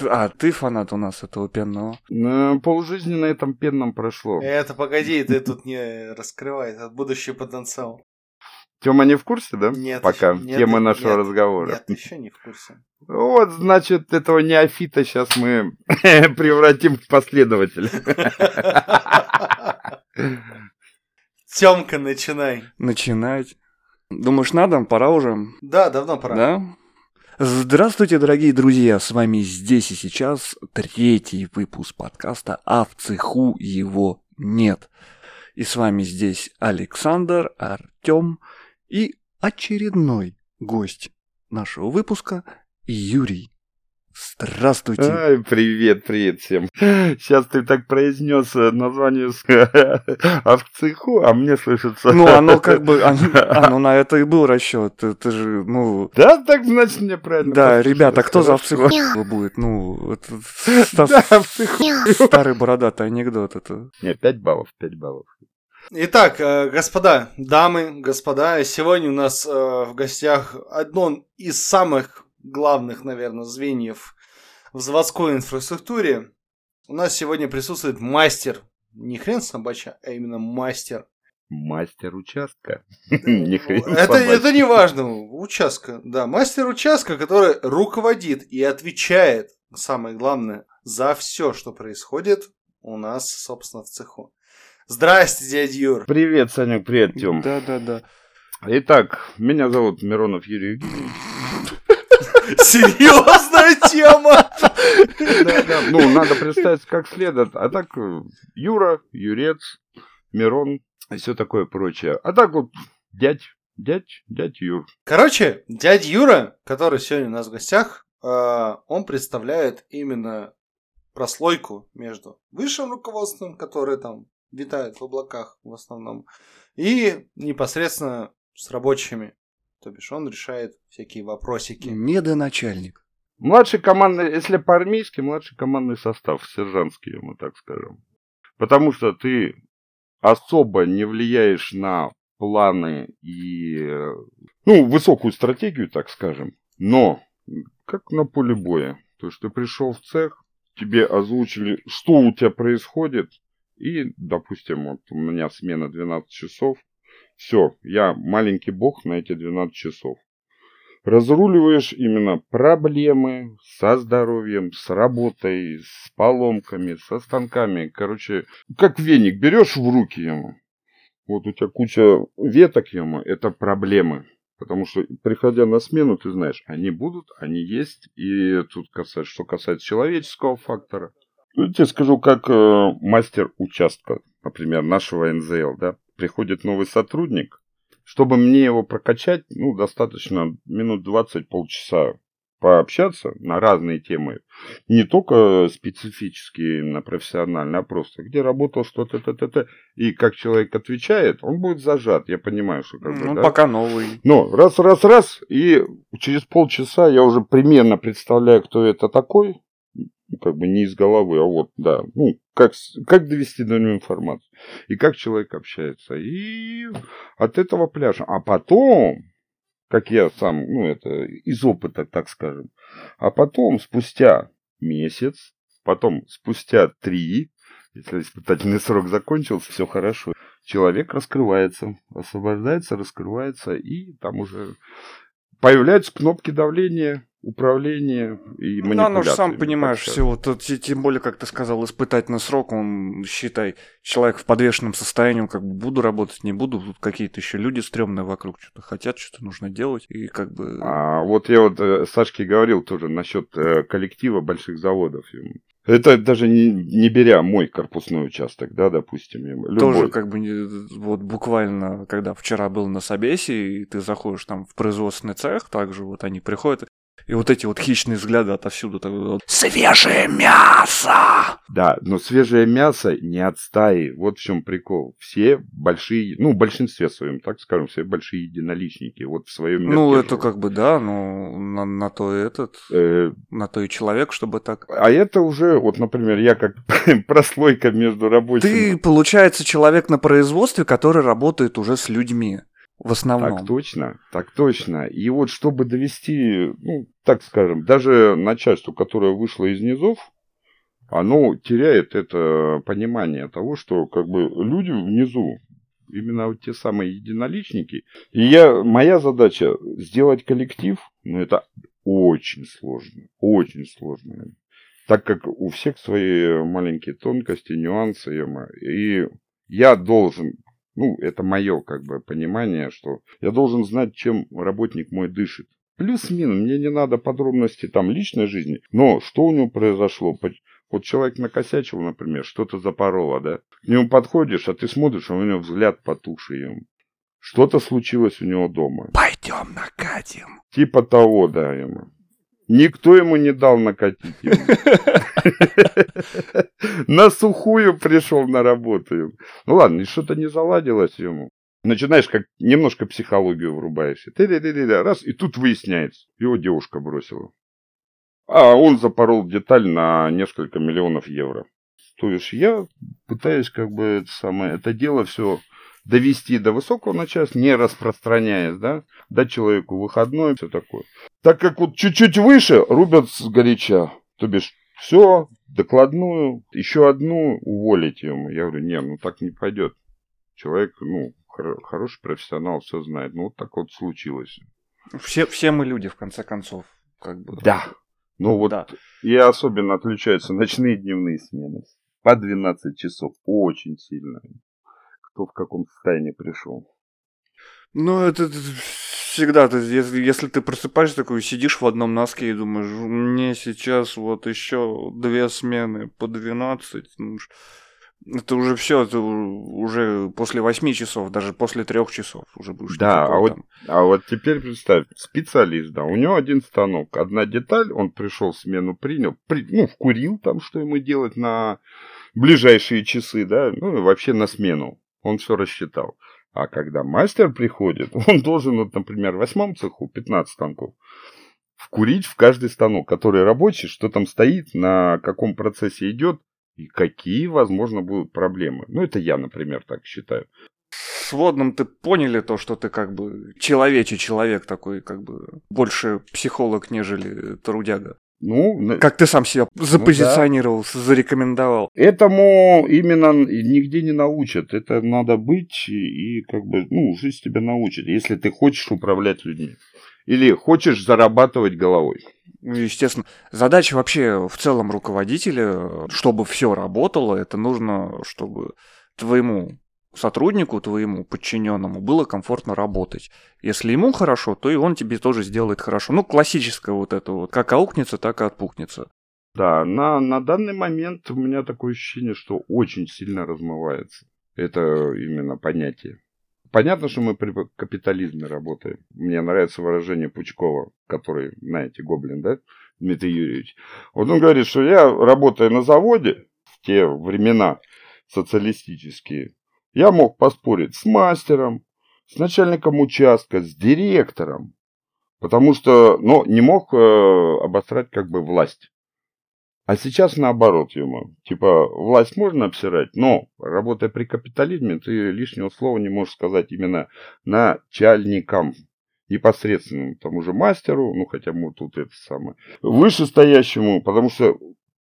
Ты фанат у нас этого пенного? Полжизни на этом пенном прошло. Это погоди, ты тут не раскрывай этот будущий потенциал. Тёма не в курсе, да? Нет. Пока. Нет, Тема нашего разговора. Нет, еще не в курсе. Вот, значит, этого неофита сейчас мы превратим в последователя. Тёмка, начинай. Начинать. Думаешь, надо? Пора уже? Да, давно пора. Да? Здравствуйте, дорогие друзья! С вами здесь и сейчас 3-й выпуск подкаста «А в цеху его нет». И с вами здесь Александр, Артём и очередной гость нашего выпуска Юрий. Здравствуйте! Ай, привет всем. Сейчас ты так произнес название «А в цеху», а мне слышится... Ну, оно как бы... Оно на это и был расчет. Ты же, ну... Да, так значит мне правильно. Да, ребята, кто за в цеху будет? Ну, это... Да, в цеху. Старый бородатый анекдот это. Не, 5 баллов. Итак, дамы, господа, сегодня у нас в гостях одно из самых главных, наверное, звеньев в заводской инфраструктуре. У нас сегодня присутствует мастер, не хрен собачья, а именно мастер. Мастер участка. Это не важно, участка, да, мастер участка, который руководит и отвечает, самое главное, за все, что происходит у нас, собственно, в цеху. Здрасте, дядя Юр. Привет, Санек, привет, Тём. Да. Итак, меня зовут Миронов Юрий Евгеньевич. Серьезная тема. Да. Ну, надо представиться как следует. А так, Юра, Юрец, Мирон и все такое прочее. А так вот, дядь Юр. Короче, дядя Юра, который сегодня у нас в гостях, он представляет именно прослойку между высшим руководством, которое там витает в облаках в основном, и непосредственно с рабочими. То бишь он решает всякие вопросики. Недоначальник. Младший командный, если по-армейски, младший командный состав, сержантский, мы так скажем. Потому что ты особо не влияешь на планы и, высокую стратегию, так скажем. Но, как на поле боя. То есть ты пришел в цех, тебе озвучили, что у тебя происходит. И, допустим, вот у меня смена 12 часов. Все, я маленький бог на эти 12 часов. Разруливаешь именно проблемы со здоровьем, с работой, с поломками, со станками. Короче, как веник берешь в руки ему. Вот у тебя куча веток ему, это проблемы. Потому что, приходя на смену, ты знаешь, они будут, они есть. И тут что касается человеческого фактора. Я тебе скажу, как мастер участка, например, нашего НЗЛ, да, приходит новый сотрудник, чтобы мне его прокачать, достаточно минут 20, полчаса пообщаться на разные темы. Не только специфические, на профессиональные, а просто где работал что-то, и как человек отвечает, он будет зажат, я понимаю, что как бы, да? Пока новый. Но раз, и через полчаса я уже примерно представляю, кто это такой. Как бы не из головы, а вот, да. Как довести до него информацию. И как человек общается. И от этого пляжа. А потом, как я сам, это из опыта, так скажем. А потом, спустя месяц, потом спустя 3, если испытательный срок закончился, все хорошо. Человек раскрывается, освобождается, раскрывается, и там уже появляются кнопки давления, управление и манипуляции. Ну, оно же, сам понимаешь, все, вот, тем более, как ты сказал, испытательный срок, он, считай, человек в подвешенном состоянии, он как бы буду работать, не буду, тут какие-то еще люди стрёмные вокруг что-то хотят, что-то нужно делать, и как бы... Вот я Сашке говорил тоже насчет коллектива больших заводов. Это даже не беря мой корпусной участок, да, допустим. Любой. Тоже как бы вот буквально, когда вчера был на собесе, и ты заходишь там в производственный цех, также вот они приходят, и вот эти вот хищные взгляды отовсюду. Вот, свежее мясо! Да, но свежее мясо не от стаи. Вот в чем прикол. Все большие, в большинстве своем, так скажем, все большие единоличники. Вот в своем мире. Это как бы, да, на то на то и человек, чтобы так. А это уже, вот, например, я как прослойка между рабочими. Ты, получается, человек на производстве, который работает уже с людьми. в основном. Так точно. И вот чтобы довести, ну, так скажем, даже начальство, которое вышло из низов, оно теряет это понимание того, что как бы люди внизу, именно вот те самые единоличники. И моя задача сделать коллектив, но это очень сложно, очень сложно. Так как у всех свои маленькие тонкости, нюансы. И я должен, ну, это мое как бы понимание, что я должен знать, чем работник мой дышит. Плюс-минус, мне не надо подробности там личной жизни, но что у него произошло. Вот человек накосячил, например, что-то запороло, да? К нему подходишь, а ты смотришь, а у него взгляд потухший. Что-то случилось у него дома. Пойдем накатим. Типа того, да, ему. Никто ему не дал накатить ему. На сухую пришел на работу. Ну ладно, и что-то не заладилось ему. Начинаешь как немножко психологию врубаешься. Раз, и тут выясняется, его девушка бросила. А он запорол деталь на несколько миллионов евро. То есть я пытаюсь как бы это дело все довести до высокого начальства, не распространяясь, да, дать человеку выходной, все такое. Так как вот чуть-чуть выше рубят сгоряча, то бишь все, докладную, еще одну уволить ему. Я говорю, не, ну так не пойдет. Человек, ну, хороший профессионал, все знает. Ну вот так вот случилось. Все мы люди, в конце концов, как бы. Да. Ну вот, да. И особенно отличаются ночные и дневные смены. По 12 часов. Очень сильно. Кто в каком состоянии пришел. Ну, это всегда, если ты просыпаешься такой, сидишь в одном носке и думаешь, мне сейчас вот еще 2 смены по 12, ну, это уже все, это уже после 8 часов, даже после 3 часов уже будешь. Да, а вот теперь представь, специалист, да, у него один станок, одна деталь, он пришел, смену принял, вкурил там, что ему делать на ближайшие часы, да, ну и вообще на смену. Он все рассчитал. А когда мастер приходит, он должен, вот, например, в 8 цеху 15 станков вкурить в каждый станок, который рабочий, что там стоит, на каком процессе идет и какие, возможно, будут проблемы. Ну, это я, например, так считаю. С водным ты поняли то, что ты как бы человечий человек такой, как бы больше психолог, нежели трудяга. Ну, как ты сам себя запозиционировал, зарекомендовал. Этому именно нигде не научат. Это надо быть и как бы, жизнь тебя научит, если ты хочешь управлять людьми. Или хочешь зарабатывать головой. Естественно. Задача вообще в целом руководителя, чтобы все работало, это нужно, чтобы твоему сотруднику, твоему подчиненному было комфортно работать. Если ему хорошо, то и он тебе тоже сделает хорошо. Ну, классическое вот это вот. Как аукнется, так и отпухнется. Да, на данный момент у меня такое ощущение, что очень сильно размывается. Это именно понятие. Понятно, что мы при капитализме работаем. Мне нравится выражение Пучкова, который, знаете, гоблин, да, Дмитрий Юрьевич. Вот он говорит, что я, работая на заводе в те времена социалистические, я мог поспорить с мастером, с начальником участка, с директором, потому что, не мог обосрать как бы власть. А сейчас наоборот, типа, власть можно обсирать, но, работая при капитализме, ты лишнего слова не можешь сказать именно начальникам, непосредственно тому же мастеру, хотя мы тут это самое, вышестоящему, потому что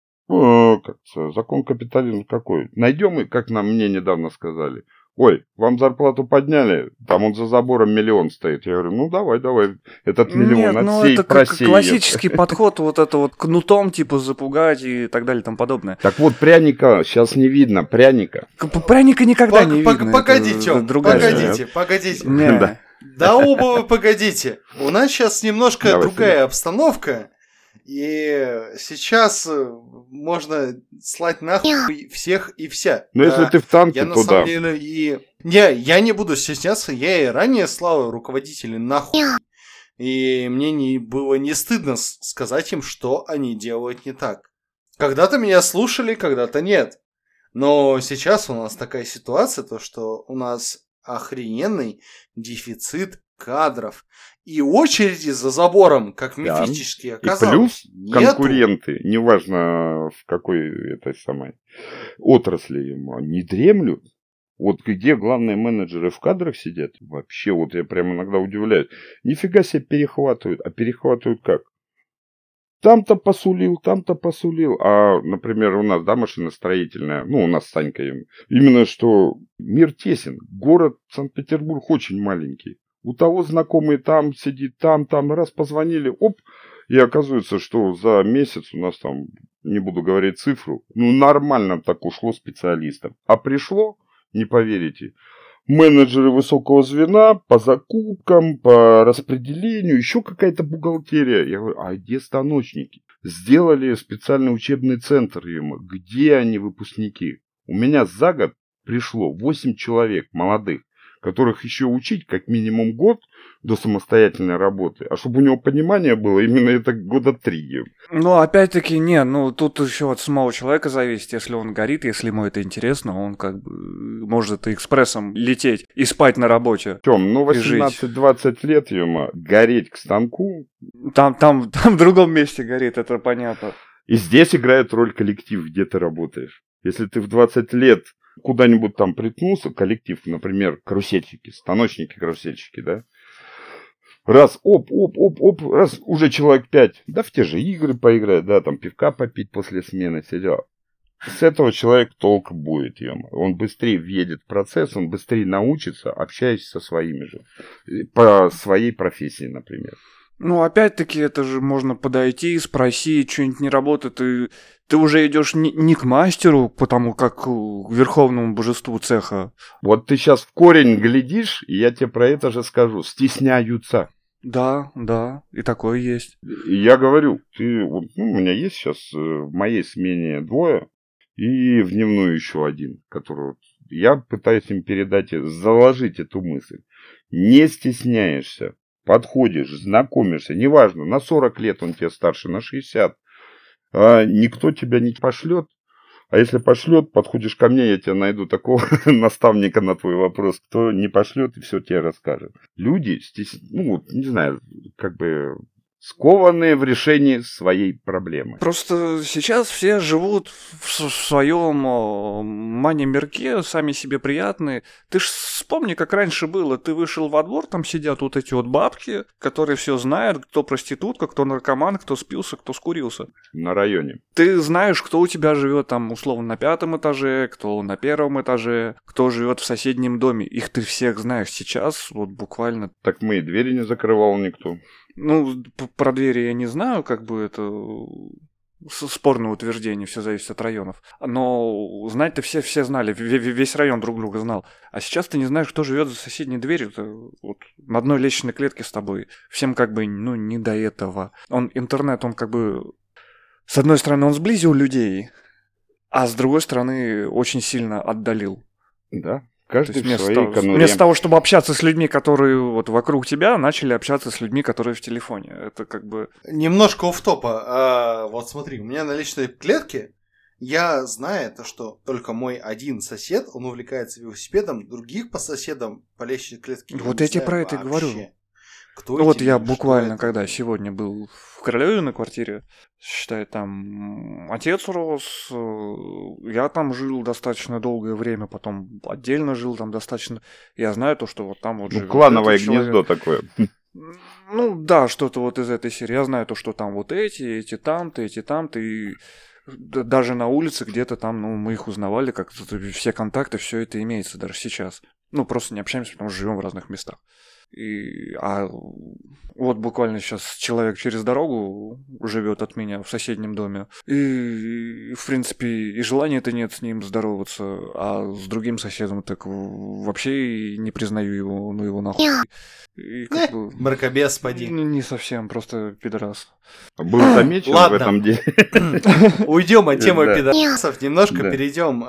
закон капитализма какой? Найдем, и как мне недавно сказали, ой, вам зарплату подняли, там он за забором 1 миллион стоит. Я говорю, давай, этот миллион отсей, это просей. Классический подход, вот это вот кнутом, типа, запугать и так далее, и тому подобное. Так вот, пряника сейчас не видно, пряника. Пряника никогда не видно. Погодите, погодите. Да оба вы погодите. У нас сейчас немножко другая обстановка. И сейчас можно слать нахуй всех и вся. Но если ты в танке, я, то на самом деле, я не буду стесняться, я и ранее слал руководителей нахуй. И мне было не стыдно сказать им, что они делают не так. Когда-то меня слушали, когда-то нет. Но сейчас у нас такая ситуация, то что у нас охрененный дефицит кадров. И очереди за забором, как мифически оказалось, и плюс конкуренты, неважно в какой этой самой отрасли, не дремлют. Вот где главные менеджеры в кадрах сидят, вообще, вот я прям иногда удивляюсь. Нифига себе перехватывают. А перехватывают как? Там-то посулил. А, например, у нас, да, машиностроительная, ну, у нас с Санькой, именно что мир тесен. Город Санкт-Петербург очень маленький. У того знакомый там сидит, там, раз позвонили, оп, и оказывается, что за месяц у нас там, не буду говорить цифру, ну, нормально так ушло специалистов. А пришло, не поверите, менеджеры высокого звена по закупкам, по распределению, еще какая-то бухгалтерия. Я говорю, а где станочники? Сделали специальный учебный центр ему. Где они, выпускники? У меня за год пришло 8 человек молодых, которых еще учить как минимум год до самостоятельной работы. А чтобы у него понимание было, именно это года 3. Ну, опять-таки, тут еще от самого человека зависит. Если он горит, если ему это интересно, он как бы может экспрессом лететь и спать на работе. Тём, 18-20 лет, ема, гореть к станку. Там в другом месте горит, это понятно. И здесь играет роль коллектив, где ты работаешь. Если ты в 20 лет куда-нибудь там приткнулся, коллектив, например, карусельщики, станочники-карусельщики, да? Раз, раз, уже человек 5, да, в те же игры поиграть, да, там пивка попить после смены, все дела. С этого человек толк будет, ема. Он быстрее въедет в процесс, он быстрее научится, общаясь со своими же, по своей профессии, например. Ну, опять-таки, это же можно подойти, спросить, что-нибудь не работает, и ты уже идешь не к мастеру, потому как к верховному божеству цеха. Вот ты сейчас в корень глядишь, и я тебе про это же скажу. Стесняются. Да, и такое есть. И я говорю, у меня есть сейчас в моей смене 2, и в дневную еще 1, который я пытаюсь им передать, заложить эту мысль. Не стесняешься. Подходишь, знакомишься, неважно, на 40 лет он тебе старше, на 60. Никто тебя не пошлет. А если пошлет, подходишь ко мне, я тебе найду такого наставника на твой вопрос, кто не пошлет и все тебе расскажет. Люди, не знаю, как бы скованные в решении своей проблемы. Просто сейчас все живут в своем мане-мирке, сами себе приятные. Ты ж вспомни, как раньше было. Ты вышел во двор, там сидят вот эти вот бабки, которые все знают, кто проститутка, кто наркоман, кто спился, кто скурился. На районе. Ты знаешь, кто у тебя живет там условно на 5-м этаже, кто на 1-м этаже, кто живет в соседнем доме. Их ты всех знаешь сейчас, вот буквально. Так мы и двери не закрывал никто. Ну, про двери я не знаю, как бы это спорное утверждение, все зависит от районов. Но знать-то все знали, весь район друг друга знал. А сейчас ты не знаешь, кто живет за соседней дверью. Вот на одной лестничной клетке с тобой. Всем как бы, не до этого. Интернет, он как бы... С одной стороны, он сблизил людей, а с другой стороны, очень сильно отдалил. Да. Каждый в своей конуре. Вместо того, чтобы общаться с людьми, которые вот вокруг тебя, начали общаться с людьми, которые в телефоне. Это как бы... Немножко офф-топа. Вот смотри, у меня на личной клетке я знаю, что только мой один сосед, он увлекается велосипедом, других по соседам по личной клетке вот я тебе про это и говорю. Кто вот я буквально, когда сегодня был в Королёве на квартире, считай, там отец рос, я там жил достаточно долгое время, потом отдельно жил там достаточно. Я знаю то, что вот там вот живет клановое гнездо такое. Ну да, что-то вот из этой серии. Я знаю то, что там вот эти там-то, и даже на улице где-то там, мы их узнавали, как все контакты, все это имеется даже сейчас. Просто не общаемся, потому что живем в разных местах. А вот буквально сейчас человек через дорогу живет от меня в соседнем доме. И в принципе, и желания-то нет с ним здороваться. А с другим соседом так вообще не признаю его, его нахуй. И как бы... Мракобес, поди. Не совсем, просто пидорас. Был замечен в этом деле. Уйдем от темы пидорасов, немножко перейдем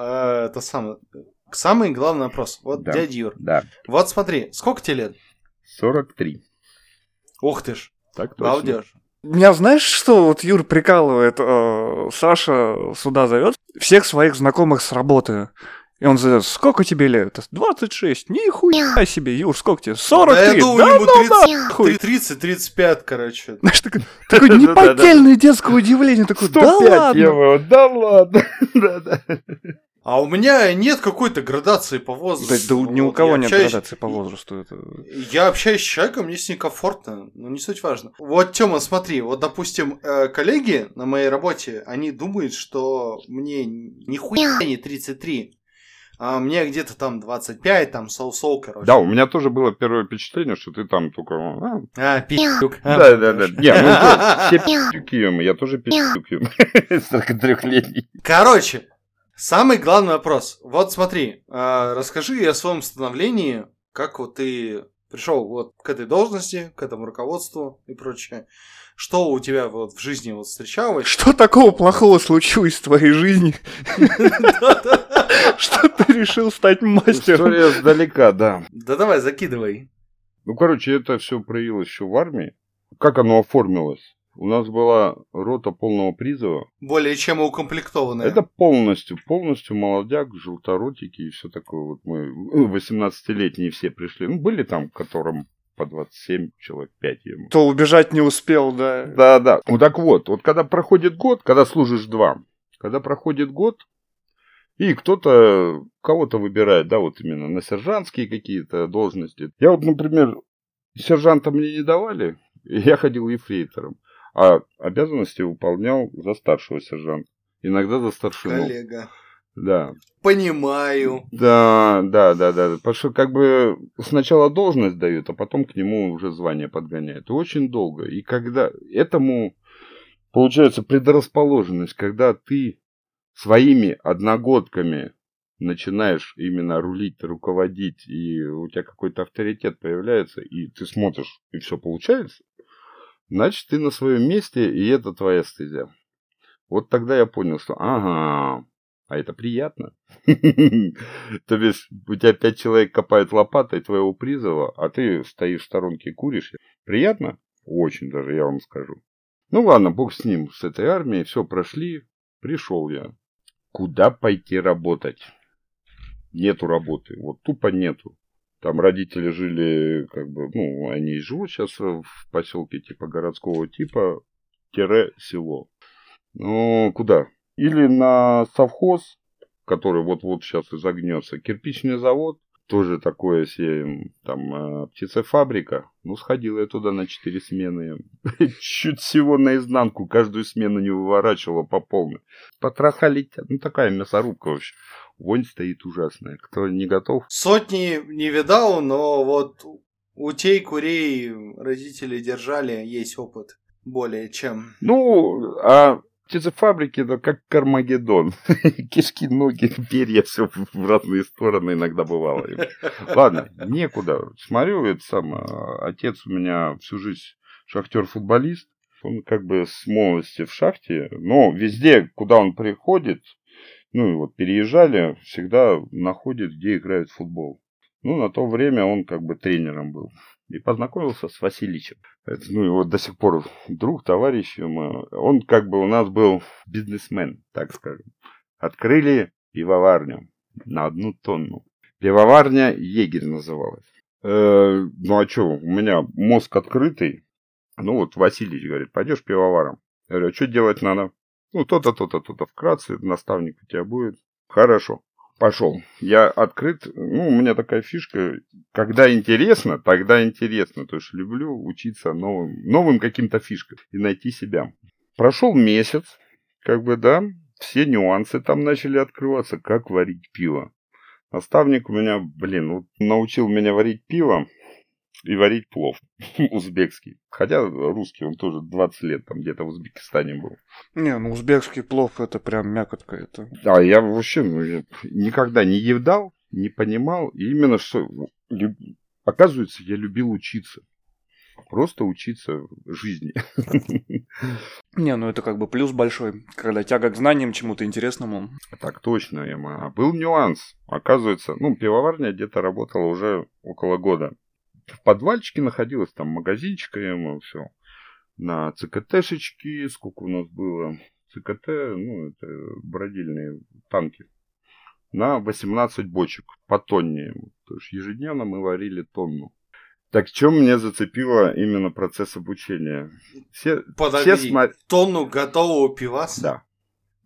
к самый главный вопрос. Вот, дядя Юр. Да. Вот смотри, сколько тебе лет? 43. Ух ты ж. Так точно. Балдеж. Меня знаешь, что вот Юр прикалывает? Саша сюда зовет всех своих знакомых с работы. И он зовет: сколько тебе лет? 26. Нихуя себе, Юр, сколько тебе? 43. Да я думаю, ему 30-35, короче. Знаешь, такое неподдельное детское удивление. Такое: да ладно. Да ладно. А у меня нет какой-то градации по возрасту. Да ни у кого нет градации по возрасту. Я общаюсь с человеком, мне с ним комфортно, но не суть важно. Вот, Тёма, смотри, вот, допустим, коллеги на моей работе, они думают, что мне нихуя не 33, а мне где-то там 25, там, соу-соу, короче. Да, у меня тоже было первое впечатление, что ты там только... пи***юк. Да. Не, ну все пи***юкием, я тоже пи***юкием. 43-летний. Короче, самый главный вопрос. Вот смотри, расскажи о своем становлении, как вот ты пришел вот к этой должности, к этому руководству и прочее. Что у тебя вот в жизни вот встречалось? Что такого плохого случилось в твоей жизни? Что ты решил стать мастером? История сдалека, да. Да давай, закидывай. Ну, короче, это все проявилось еще в армии. Как оно оформилось? У нас была рота полного призыва. Более чем укомплектованная. Это полностью молодяк, желторотики и все такое. Вот мы 18-летние все пришли. Ну, были там, которым по 27, человек 5 ему. То убежать не успел, да. Да. Ну так вот когда проходит год, когда служишь 2, когда проходит год, и кого-то выбирает, да, вот именно на сержантские какие-то должности. Я вот, например, сержанта мне не давали, и я ходил ефрейтором, а обязанности выполнял за старшего сержанта, иногда за старшину. Коллега. Да. Понимаю. Да. Потому что как бы сначала должность дают, а потом к нему уже звание подгоняют. И очень долго. И когда этому получается предрасположенность, когда ты своими одногодками начинаешь именно рулить, руководить, и у тебя какой-то авторитет появляется, и ты смотришь, и все получается, значит, ты на своем месте, и это твоя стезя. Вот тогда я понял, что ага, а это приятно. То есть у тебя 5 человек копают лопатой твоего призыва, а ты стоишь в сторонке и куришь. Приятно? Очень даже, я вам скажу. Ну ладно, бог с ним, с этой армией, все прошли, пришел я. Куда пойти работать? Нету работы, вот тупо нету. Там родители жили, как бы, ну, они и живут сейчас в поселке типа городского типа, село. Ну, куда? Или на совхоз, который вот-вот сейчас изогнется, кирпичный завод, тоже такое себе, там, птицефабрика. Ну, сходил я туда на 4 смены. Чуть всего наизнанку, каждую смену не выворачивала по полной. Потроха летят. Ну, такая мясорубка вообще. Вонь стоит ужасная. Кто не готов? Сотни не видал, но вот утей, курей родители держали, есть опыт более чем. Ну, а птицефабрики это как Кармагеддон. Кишки, ноги, перья, все в разные стороны иногда бывало. Ладно, некуда. Смотрю, это сам отец у меня всю жизнь шахтер-футболист. Он как бы с молодости в шахте, но везде, куда он приходит, ну и вот переезжали, всегда находит, где играют в футбол. Ну, на то время он как бы тренером был. И познакомился с Васильичем. Ну, и вот до сих пор друг, товарищ. Он как бы у нас был бизнесмен, так скажем. Открыли пивоварню на 1 тонну. Пивоварня «Егерь» называлась. Ну, а что, у меня мозг открытый. Ну, вот Васильич говорит, пойдешь пивоваром. Я говорю, а что делать надо? Ну, то-то, вкратце, наставник у тебя будет. Хорошо. Пошел. Я открыт. Ну, у меня такая фишка. Когда интересно, тогда интересно. То есть люблю учиться новым каким-то фишкам и найти себя. Прошел месяц. Как бы, да, все нюансы там начали открываться. Как варить пиво. Наставник у меня, вот, научил меня варить пиво и варить плов узбекский. Хотя русский, он тоже 20 лет там где-то в Узбекистане был. Не, ну узбекский плов это прям мякотка. Это. Да, я вообще никогда не едал, не понимал. И именно что, оказывается, я любил учиться. Просто учиться жизни. Не, ну это как бы плюс большой, когда тяга к знаниям, чему-то интересному. Так точно, Ема. А был нюанс. Оказывается, пивоварня где-то работала уже около года. В подвальчике находилась там магазинчик, ему все. На ЦКТшечки, сколько у нас было. ЦКТ, это бродильные танки. На 18 бочек по тонне. То есть ежедневно мы варили тонну. Так в чем меня зацепило именно процесс обучения? Тонну готового пиваса? Да.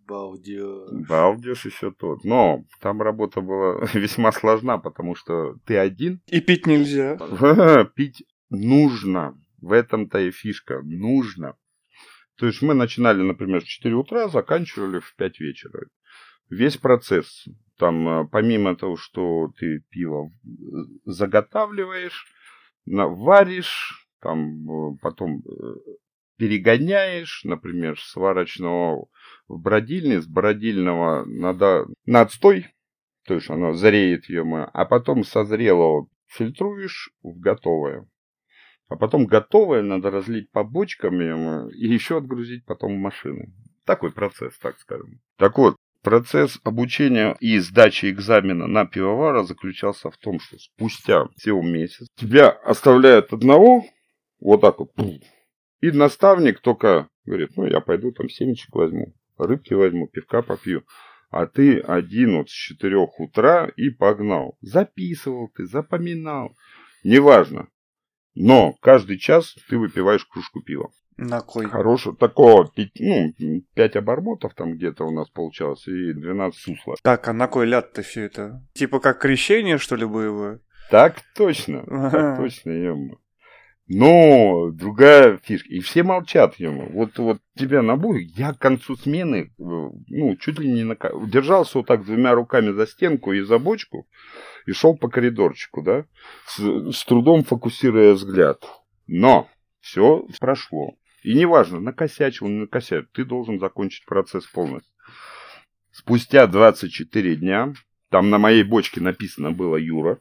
Балдеж еще тот. Но там работа была весьма сложна, потому что ты один. И пить нельзя. Пить нужно. В этом-то и фишка. Нужно. То есть мы начинали, например, в 4 утра, заканчивали в 5 вечера. Весь процесс. Там, помимо того, что ты пиво заготавливаешь, варишь, там, потом перегоняешь, например, с сварочного в бродильни, с бродильного на отстой, то есть оно зреет ее, а потом созрелого фильтруешь в готовое. А потом готовое надо разлить по бочкам и еще отгрузить потом в машины. Такой процесс, так скажем. Так вот, процесс обучения и сдачи экзамена на пивовара заключался в том, что спустя всего месяц тебя оставляют одного, вот так вот, и наставник только говорит, я пойду там семечек возьму, рыбки возьму, пивка попью. А ты один вот с 4 утра и погнал. Записывал ты, запоминал. Неважно. Но каждый час ты выпиваешь кружку пива. На кой? Хорошего. Такого, 5 обормотов там где-то у нас получалось и 12 сусла. Так, а на кой ляд-то все это? Типа как крещение, что ли, боевое? Так точно. Так точно, ё-моё. Но другая фишка. И все молчат ему. Вот тебя набует. Я к концу смены, чуть ли не держался вот так 2 руками за стенку и за бочку. И шел по коридорчику, да. С трудом фокусируя взгляд. Но все прошло. И неважно, накосячил, не накосячил. Ты должен закончить процесс полностью. Спустя 24 дня. Там на моей бочке написано было Юра.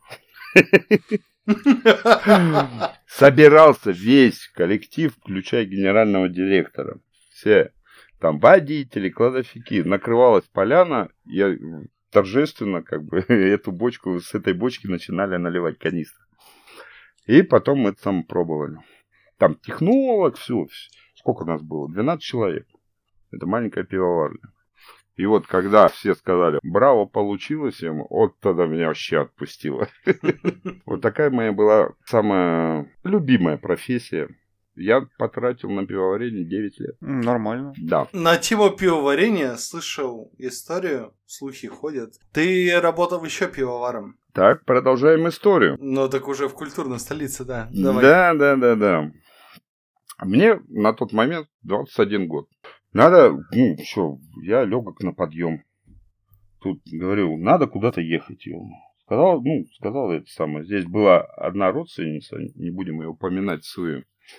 Собирался весь коллектив, включая генерального директора. Все там водители, кладовщики. Накрывалась поляна. Я торжественно эту бочку, с этой бочки начинали наливать канистры. И потом мы это сам пробовали. Там технолог, все. Сколько у нас было? 12 человек. Это маленькая пивоварня. И вот когда все сказали, браво, получилось ему, вот тогда меня вообще отпустило. Вот такая моя была самая любимая профессия. Я потратил на пивоварение 9 лет. Нормально. Да. На тему пивоварения слышал историю, слухи ходят. Ты работал еще пивоваром. Так, продолжаем историю. Ну, так уже в культурной столице, да. Давай. Да. Мне на тот момент 21 год. Надо, я легок на подъем. Тут, говорю, надо куда-то ехать. Сказал это самое. Здесь была одна родственница, не будем ее упоминать свою,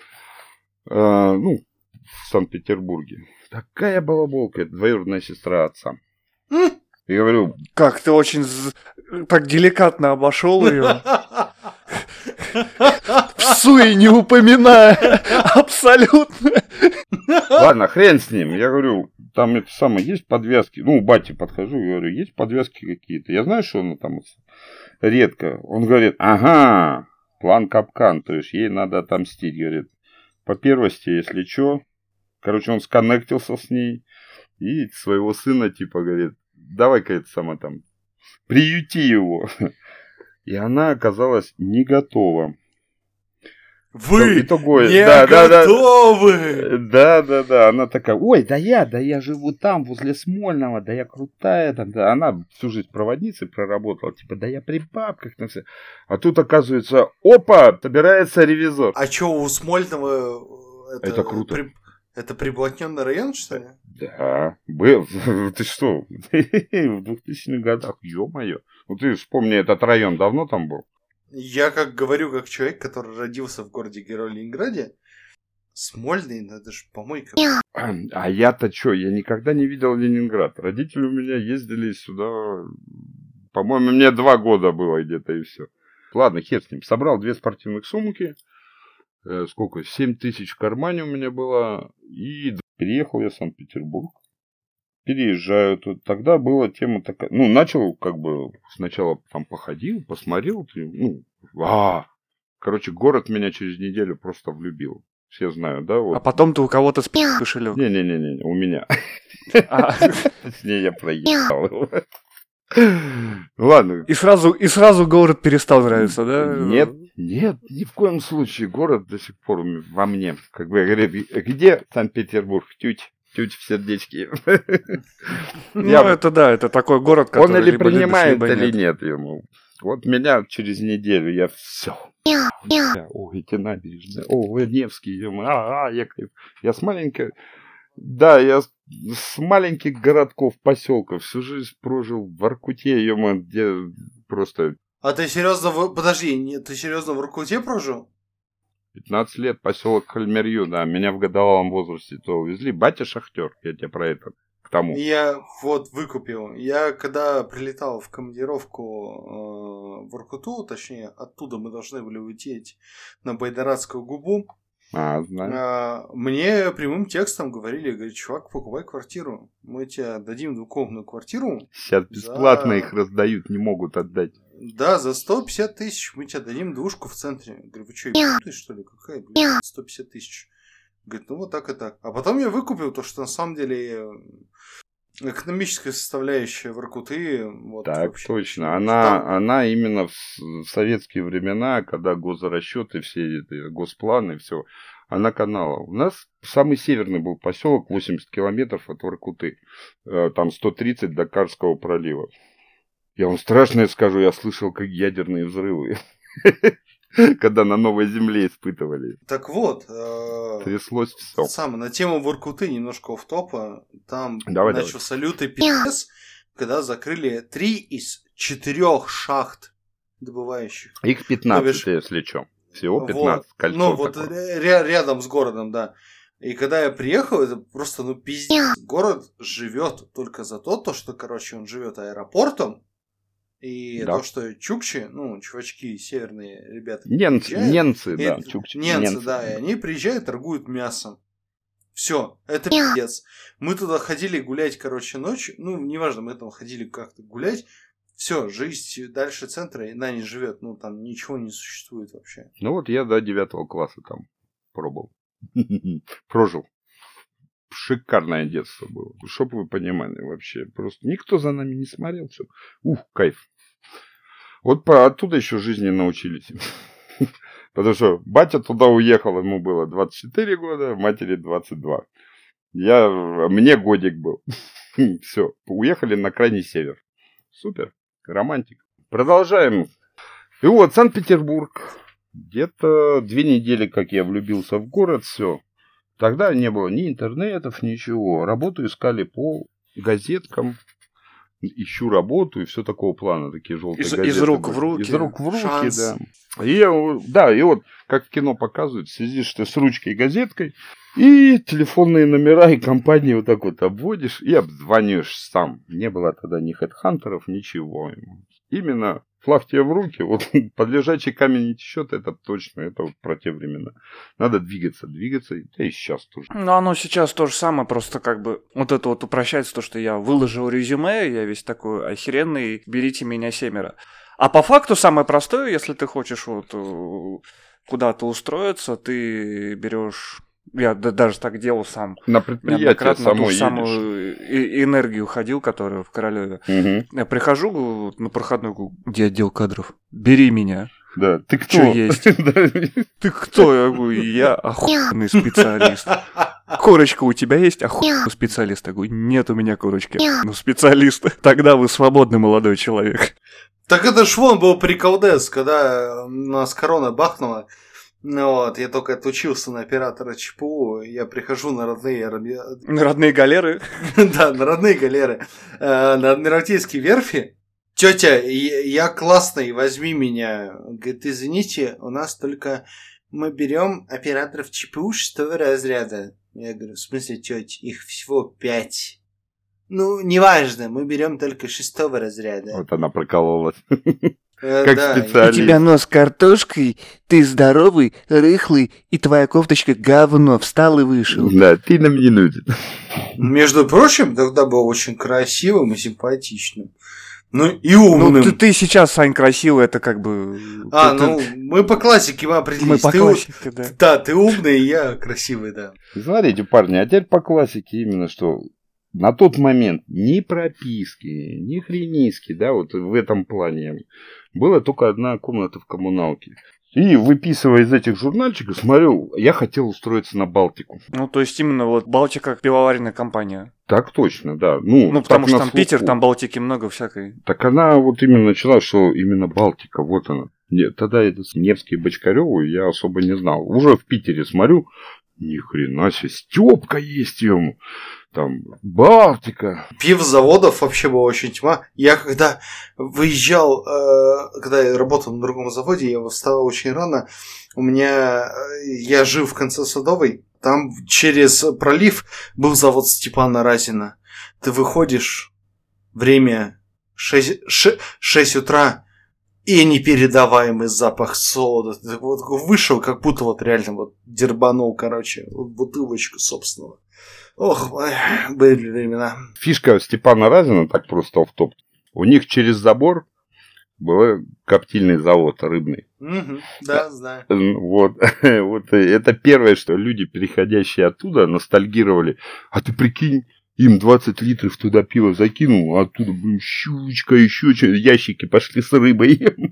в Санкт-Петербурге. Такая балаболка, это двоюродная сестра отца. И говорю... Как ты очень так деликатно обошел ее. В суе не упоминая. Абсолютно. Ладно, хрен с ним. Я говорю, там это самое, есть подвязки. У бати подхожу и говорю, есть подвязки какие-то. Я знаю, что она там редко. Он говорит, ага, план капкан. То есть ей надо отомстить. Говорит, по первости, если что. Короче, он сконнектился с ней. И своего сына, говорит, давай-ка это самое там, приюти его. И она оказалась не готова. Вы итоге, не готовы! Да. Она такая, ой, да я живу там, возле Смольного, да я крутая. Да. Она всю жизнь проводницей проработала, да я при бабках. Там все. А тут, оказывается, опа, собирается ревизор. А что, у Смольного... Это круто. Это приблотненный район, что ли? Да, был. Ты что? В 2000-х годах, ё-моё. Ты вспомни, этот район давно там был? Я говорю, как человек, который родился в городе-герой Ленинграде, Смольный, это же помойка. А я-то что? Я никогда не видел Ленинград. Родители у меня ездили сюда, по-моему, мне 2 года было где-то и все. Ладно, хер с ним. Собрал 2 спортивных сумки. 7 тысяч в кармане у меня было. И переехал я в Санкт-Петербург. Переезжаю тут. Тогда была тема такая. Начал сначала там походил, посмотрел. Короче, город меня через неделю просто влюбил. Все знают, да? Вот. А потом ты у кого-то спи*** кошелек. Не, у меня. Точнее, я проехал его. Ладно. И сразу город перестал нравиться, да? Нет, ни в коем случае. Город до сих пор во мне. Говорит, где Санкт-Петербург? Тють. тють в сердечке. Это да, это такой город, который Он или либо любишь, принимает, либо или нет. нет ему. Вот меня через неделю, я все. Ой, эти набережные. О, Невский. Я с маленькой... Да, я с маленьких городков, поселков всю жизнь прожил в Воркуте, где просто... А ты серьезно... Подожди, ты серьезно в Воркуте прожил? 15 лет, поселок Хальмерью, да. Меня в годовалом возрасте то увезли. Батя шахтер, я тебе про это к тому. Я вот выкупил. Я когда прилетал в командировку в Воркуту, точнее, оттуда мы должны были улететь на Байдарадскую губу, Знаю. мне прямым текстом говорили, чувак, покупай квартиру. Мы тебе дадим двухкомнатную квартиру. Сейчас бесплатно их раздают, не могут отдать. Да, за 150 тысяч мы тебе дадим двушку в центре. Я говорю, вы что, ебанутые, что ли? Какая, блин, 150 тысяч? Говорит, ну вот так и так. А потом я выкупил то, что на самом деле экономическая составляющая Воркуты. Вот, так, вообще, точно. Она именно в советские времена, когда госрасчеты, все эти госпланы, все, она канала. У нас самый северный был поселок, 80 километров от Воркуты. Там 130 до Карского пролива. Я вам страшное скажу, я слышал, как ядерные взрывы. Когда на Новой Земле испытывали. Так вот, тряслось все. На тему Воркуты немножко офф-топа. Там начался лютый пи***ц, когда закрыли 3 из 4 шахт добывающих. Их 15, если что. Всего 15. Вот. Ну, вот рядом с городом, да. И когда я приехал, это просто, пиздец. Город живет только за то, что, короче, он живет аэропортом. И то, что чукчи, чувачки северные ребята. Немцы, да, чукчи. Немцы, да, и они приезжают, торгуют мясом. Все, это пиздец. Мы туда ходили гулять, короче, ночью. Неважно, мы там ходили как-то гулять. Все, жизнь дальше центра, она не живет. Там ничего не существует вообще. Я до 9 класса там пробовал. Прожил. Шикарное детство было. Чтоб вы понимали вообще. Просто никто за нами не смотрел. Все. Кайф. Вот оттуда еще жизни научились. Потому что батя туда уехал, ему было 24 года, матери 22. Мне годик был. Все. Уехали на крайний север. Супер. Романтик. Продолжаем. И вот Санкт-Петербург. Где-то 2 недели, как я влюбился в город, все. Тогда не было ни интернетов, ничего. Работу искали по газеткам. Ищу работу и все такого плана. Такие желтые газеты. Из рук в руки. Из рук в руки, Шанс. да. И вот, как в кино показывают, сидишь ты с ручкой и газеткой, и телефонные номера и компании вот так вот обводишь и обзваниваешь сам. Не было тогда ни хедхантеров, ничего. Именно флаг тебе в руки, вот под лежачий камень не течет, это точно, это вот про те времена. Надо двигаться, да и сейчас тоже. Оно сейчас то же самое, просто как бы вот это вот упрощается, то, что я выложил резюме, я весь такой охеренный, берите меня 7. А по факту самое простое, если ты хочешь вот куда-то устроиться, ты берешь... Я даже так делал сам. На предприятие самой едешь. Самую энергию ходил, которая в Королеве. Угу. Я прихожу на проходной, говорю, где отдел кадров? Бери меня. Да, ты кто? Что есть? Ты кто? Я говорю, я охуенный специалист. Корочка у тебя есть? Охуенный специалист. Я говорю, нет у меня корочки. Специалист. Тогда вы свободный молодой человек. Так это ж вон был приколдес, когда у нас корона бахнула. Я только отучился на оператора ЧПУ, я прихожу на родные... На родные галеры? Да, на родные галеры. На Адмиралтейской верфи. Тетя, я классный, возьми меня. Говорит, извините, у нас только... Мы берем операторов ЧПУ 6 разряда. Я говорю, в смысле, тетя, их всего 5. Неважно, мы берем только 6 разряда. Вот она прокололась. Как специалист. У тебя нос картошкой, ты здоровый, рыхлый, и твоя кофточка говно, встал и вышел. Да, ты нам не нужен. Между прочим, тогда был очень красивым и симпатичным. И умным. Ты сейчас, Сань, красивый, это как бы... мы по классике мы определились. Мы по классике, да. Да, ты умный, и я красивый, да. Смотрите, парни, а теперь по классике именно что... На тот момент ни прописки, ни хрениски, да, вот в этом плане. Была только одна комната в коммуналке. И выписывая из этих журнальчиков, смотрю, я хотел устроиться на Балтику. Ну, то есть именно вот Балтика как пивоваренная компания. Так точно, да. Ну, потому что там слуху. Питер, там Балтики много всякой. Так она вот именно начала, что именно Балтика, вот она. Нет, тогда это Невский, Бочкарёву я особо не знал. Уже в Питере смотрю, ни хрена себе, Стёпка есть ему. Там Балтика. Пивзаводов вообще была очень тьма. Я когда выезжал, когда я работал на другом заводе, я вставал очень рано. Я жил в конце Садовой. Там через пролив был завод Степана Разина. Ты выходишь, время 6 утра, и непередаваемый запах солода. Ты вот вышел, как будто вот реально вот дербанул, короче, вот бутылочку собственного. Ох, были времена. Фишка Степана Разина, так просто офф-топ. У них через забор был коптильный завод рыбный. Да, знаю. Вот. Вот это первое, что люди, переходящие оттуда, ностальгировали. А ты прикинь, им 20 литров туда пива закинул, а оттуда, блин, щучка, еще что, ящики пошли с рыбой.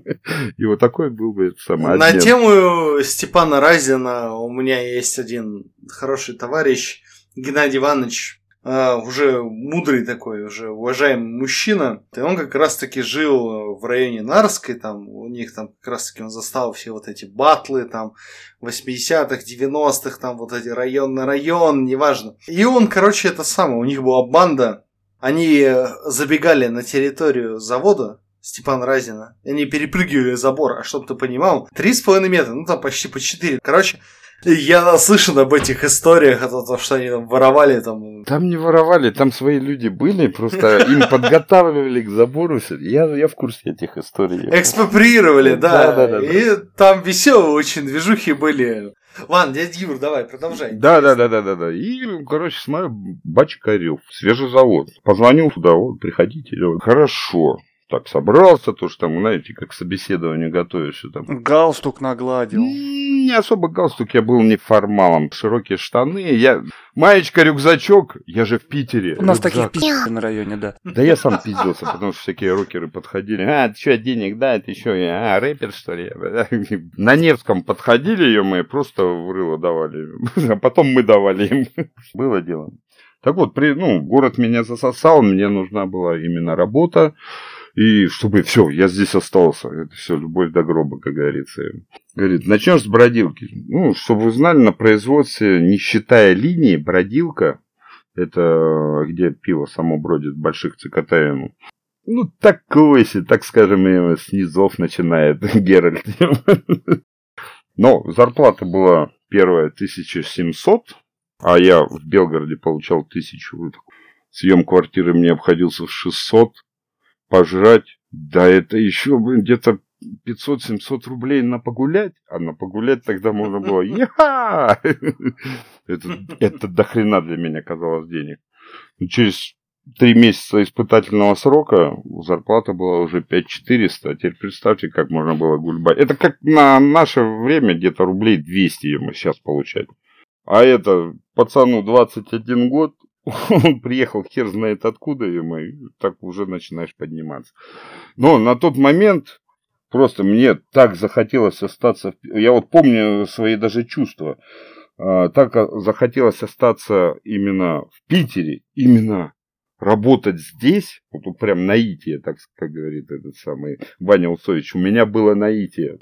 И вот такой был бы самый На тему Степана Разина у меня есть один хороший товарищ, Геннадий Иванович, уже мудрый такой, уже уважаемый мужчина. И он как раз-таки жил в районе Нарской, там у них там как раз-таки он застал все вот эти батлы, там 80-х, 90-х, там вот эти район на район, неважно. И он, короче, это самое, у них была банда, они забегали на территорию завода Степана Разина, и они перепрыгивали забор, а чтобы ты понимал, 3,5 метра, ну там почти по 4. Короче, я наслышан об этих историях, о том, что они там воровали. Там не воровали, там свои люди были, просто им подготавливали к забору. Я в курсе этих историй. Экспроприировали, да. Да. И там веселые очень движухи были. Ладно, дядя Юр, давай, продолжай. Да. И, короче, смотрю, Бочкарев, свежий завод. Позвонил туда, вот, приходите. Хорошо. Так, собрался, то, что там, знаете, как к собеседованию готовишься. Там. Галстук нагладил. Не особо галстук, я был неформалом. Широкие штаны, маечка, рюкзачок, я же в Питере. У нас таких пиздец на районе, да. Да я сам пиздился, потому что всякие рокеры подходили. Ты что, денег дать? Ты что, рэпер, что ли? На Невском подходили, мы просто в рыло давали. А потом мы давали им. Было дело. Так вот, город меня засосал, мне нужна была именно работа. И чтобы все, я здесь остался. Это все, любовь до гроба, как говорится. Говорит, начнешь с бродилки. Чтобы вы знали, на производстве, не считая линии, бродилка, это где пиво само бродит в больших цикотаевых. Такой себе, так скажем, с низов начинает Геральт. Но зарплата была первая 1700, а я в Белгороде получал 1000. Съем квартиры мне обходился в 600. Пожрать, да это еще, где-то 500-700 рублей на погулять, а на погулять тогда можно было, это дохрена для меня казалось денег. Через 3 месяца испытательного срока зарплата была уже 5400, а теперь представьте, как можно было гульбать. Это как на наше время где-то рублей 200 мы сейчас получать. А это пацану 21 год, он приехал хер знает откуда, и так уже начинаешь подниматься. Но на тот момент просто мне так захотелось остаться. Я вот помню свои даже чувства. Так захотелось остаться именно в Питере, именно работать здесь. Вот прям наитие, так как говорит этот самый Ваня Усович. У меня было наитие.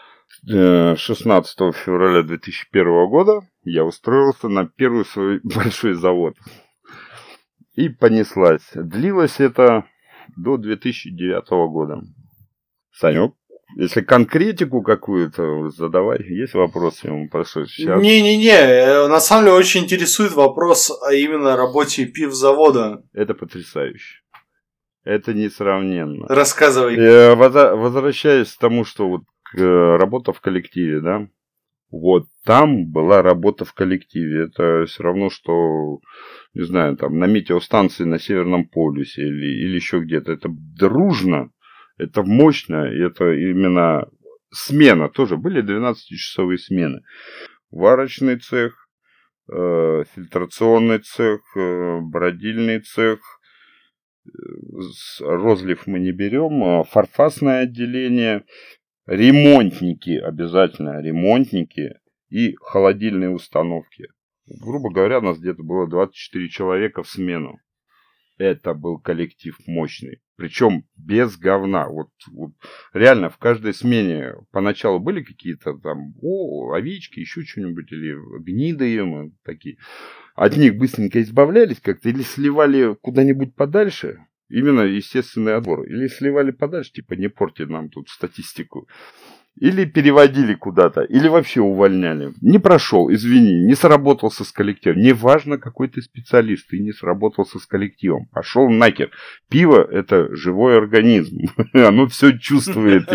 16 февраля 2001 года я устроился на первый свой большой завод. И понеслась. Длилось это до 2009 года. Санек, если конкретику какую-то задавай, есть вопросы ему прошу сейчас? Не-не-не, на самом деле очень интересует вопрос о именно работе пивзавода. Это потрясающе. Это несравненно. Рассказывай. Возвращаясь к тому, что вот работа в коллективе, да? Вот там была работа в коллективе. Это все равно, что, не знаю, там на метеостанции на Северном полюсе или еще где-то. Это дружно, это мощно, это именно смена. Тоже были 12-часовые смены. Варочный цех, фильтрационный цех, бродильный цех. Розлив мы не берем, фарфасное отделение. ремонтники, обязательно ремонтники и холодильные установки. Грубо говоря, у нас где-то было 24 человека в смену. Это был коллектив мощный. Причем без говна. Вот реально в каждой смене поначалу были какие-то там овечки, еще что-нибудь, или гниды такие. От них быстренько избавлялись как-то или сливали куда-нибудь подальше. Именно естественный отбор. Или сливали подальше, типа не порти нам тут статистику. Или переводили куда-то, или вообще увольняли. Не прошел, извини, не сработался с коллективом. Неважно, какой ты специалист, ты не сработался с коллективом. Пошел нахер. Пиво – это живой организм. Оно все чувствует.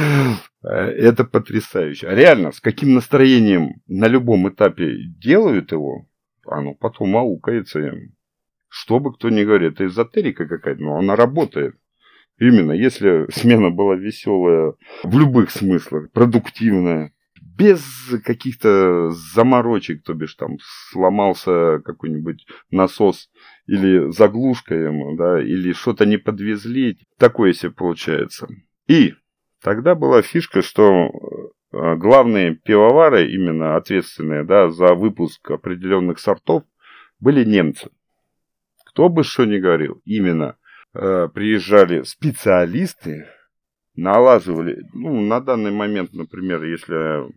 Это потрясающе. А реально, с каким настроением на любом этапе делают его, оно потом аукается им. Что бы кто ни говорил, это эзотерика какая-то, но она работает. Именно, если смена была веселая в любых смыслах, продуктивная, без каких-то заморочек, то бишь там сломался какой-нибудь насос или заглушка ему, да, или что-то не подвезли, такое себе получается. И тогда была фишка, что главные пивовары, именно ответственные, да, за выпуск определенных сортов, были немцы. Кто бы что ни говорил, именно приезжали специалисты, налаживали, на данный момент, например, если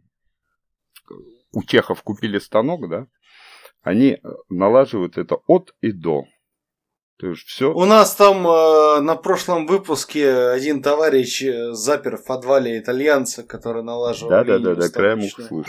у чехов купили станок, да, они налаживают это от и до. То есть все. У нас там на прошлом выпуске один товарищ запер в подвале итальянца, который налаживал. Да, краем уха слышал.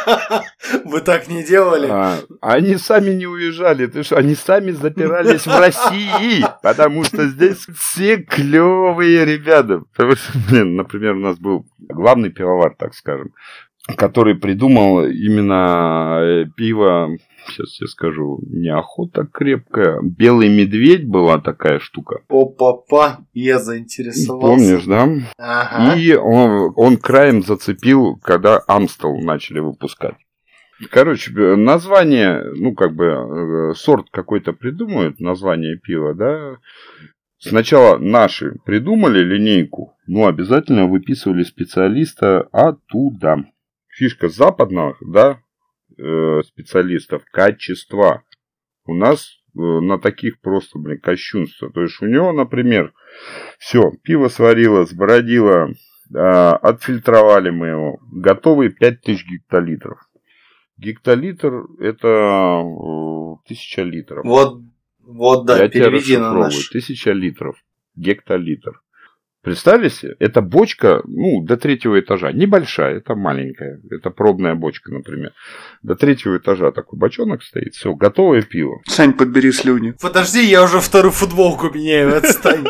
Вы так не делали? Они сами не уезжали, ты что, они сами запирались в России, потому что здесь все клевые ребята. Потому что, например, у нас был главный пивовар, так скажем, который придумал именно пиво. Сейчас я скажу, не охота крепкая. Белый медведь была такая штука. Опа-па, я заинтересовался. Помнишь, да? Ага. И он краем зацепил, когда Амстел начали выпускать. Короче, название, сорт какой-то придумают, название пива, да. Сначала наши придумали линейку, обязательно выписывали специалиста оттуда. Фишка западных, да, специалистов, качества. У нас на таких просто, кощунство. То есть у него, например, все, пиво сварило, сбродило, отфильтровали мы его, готовый 5000 гектолитров. Гектолитр это 1000 литров. Вот да, я переведи на наш. 1000 литров, гектолитр. Представьте себе, это бочка, до 3-го этажа. Небольшая, это маленькая. Это пробная бочка, например. До 3-го этажа такой бочонок стоит. Все, готовое пиво. Сань, подбери слюни. Подожди, я уже вторую футболку меняю, отстань.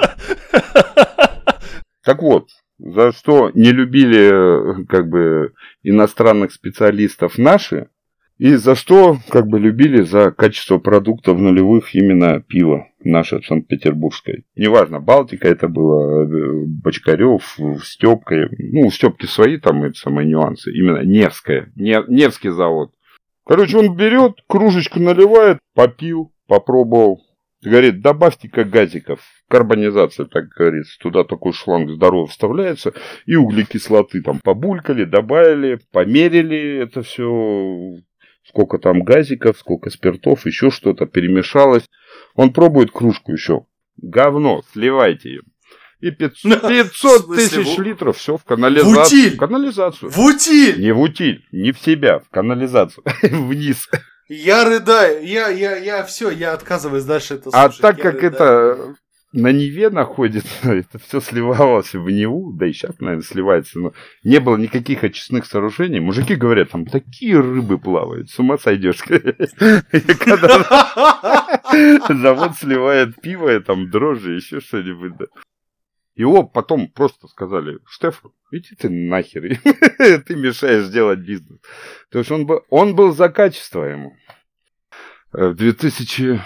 Так вот, за что не любили, иностранных специалистов наши, и за что, любили за качество продуктов нулевых именно пиво наше санкт-петербургское. Неважно, Балтика это было, Бочкарев, Стёпка. У Стёпки свои там эти самые нюансы. Именно Невская. Невский завод. Короче, он берет, кружечку наливает, попил, попробовал. Говорит, добавьте-ка газиков. Карбонизация, так говорится. Туда такой шланг здоровый вставляется. И углекислоты там побулькали, добавили, померили это все. Сколько там газиков, сколько спиртов, еще что-то перемешалось. Он пробует кружку еще. Говно, сливайте ее. И 500 тысяч литров все в канализацию. В канализацию. В утиль! Не в утиль, не в себя, в канализацию. Вниз. Я рыдаю. Я все, я отказываюсь дальше это А слушать. так как это на Неве находится, это все сливалось в Неву, да и сейчас, наверное, сливается, но не было никаких очистных сооружений. Мужики говорят, там такие рыбы плавают, с ума сойдешь. Когда завод сливает пиво, там дрожжи, еще что-нибудь. Его потом просто сказали, Штефан, иди ты нахер, ты мешаешь делать бизнес. То есть он был за качество ему. В 2004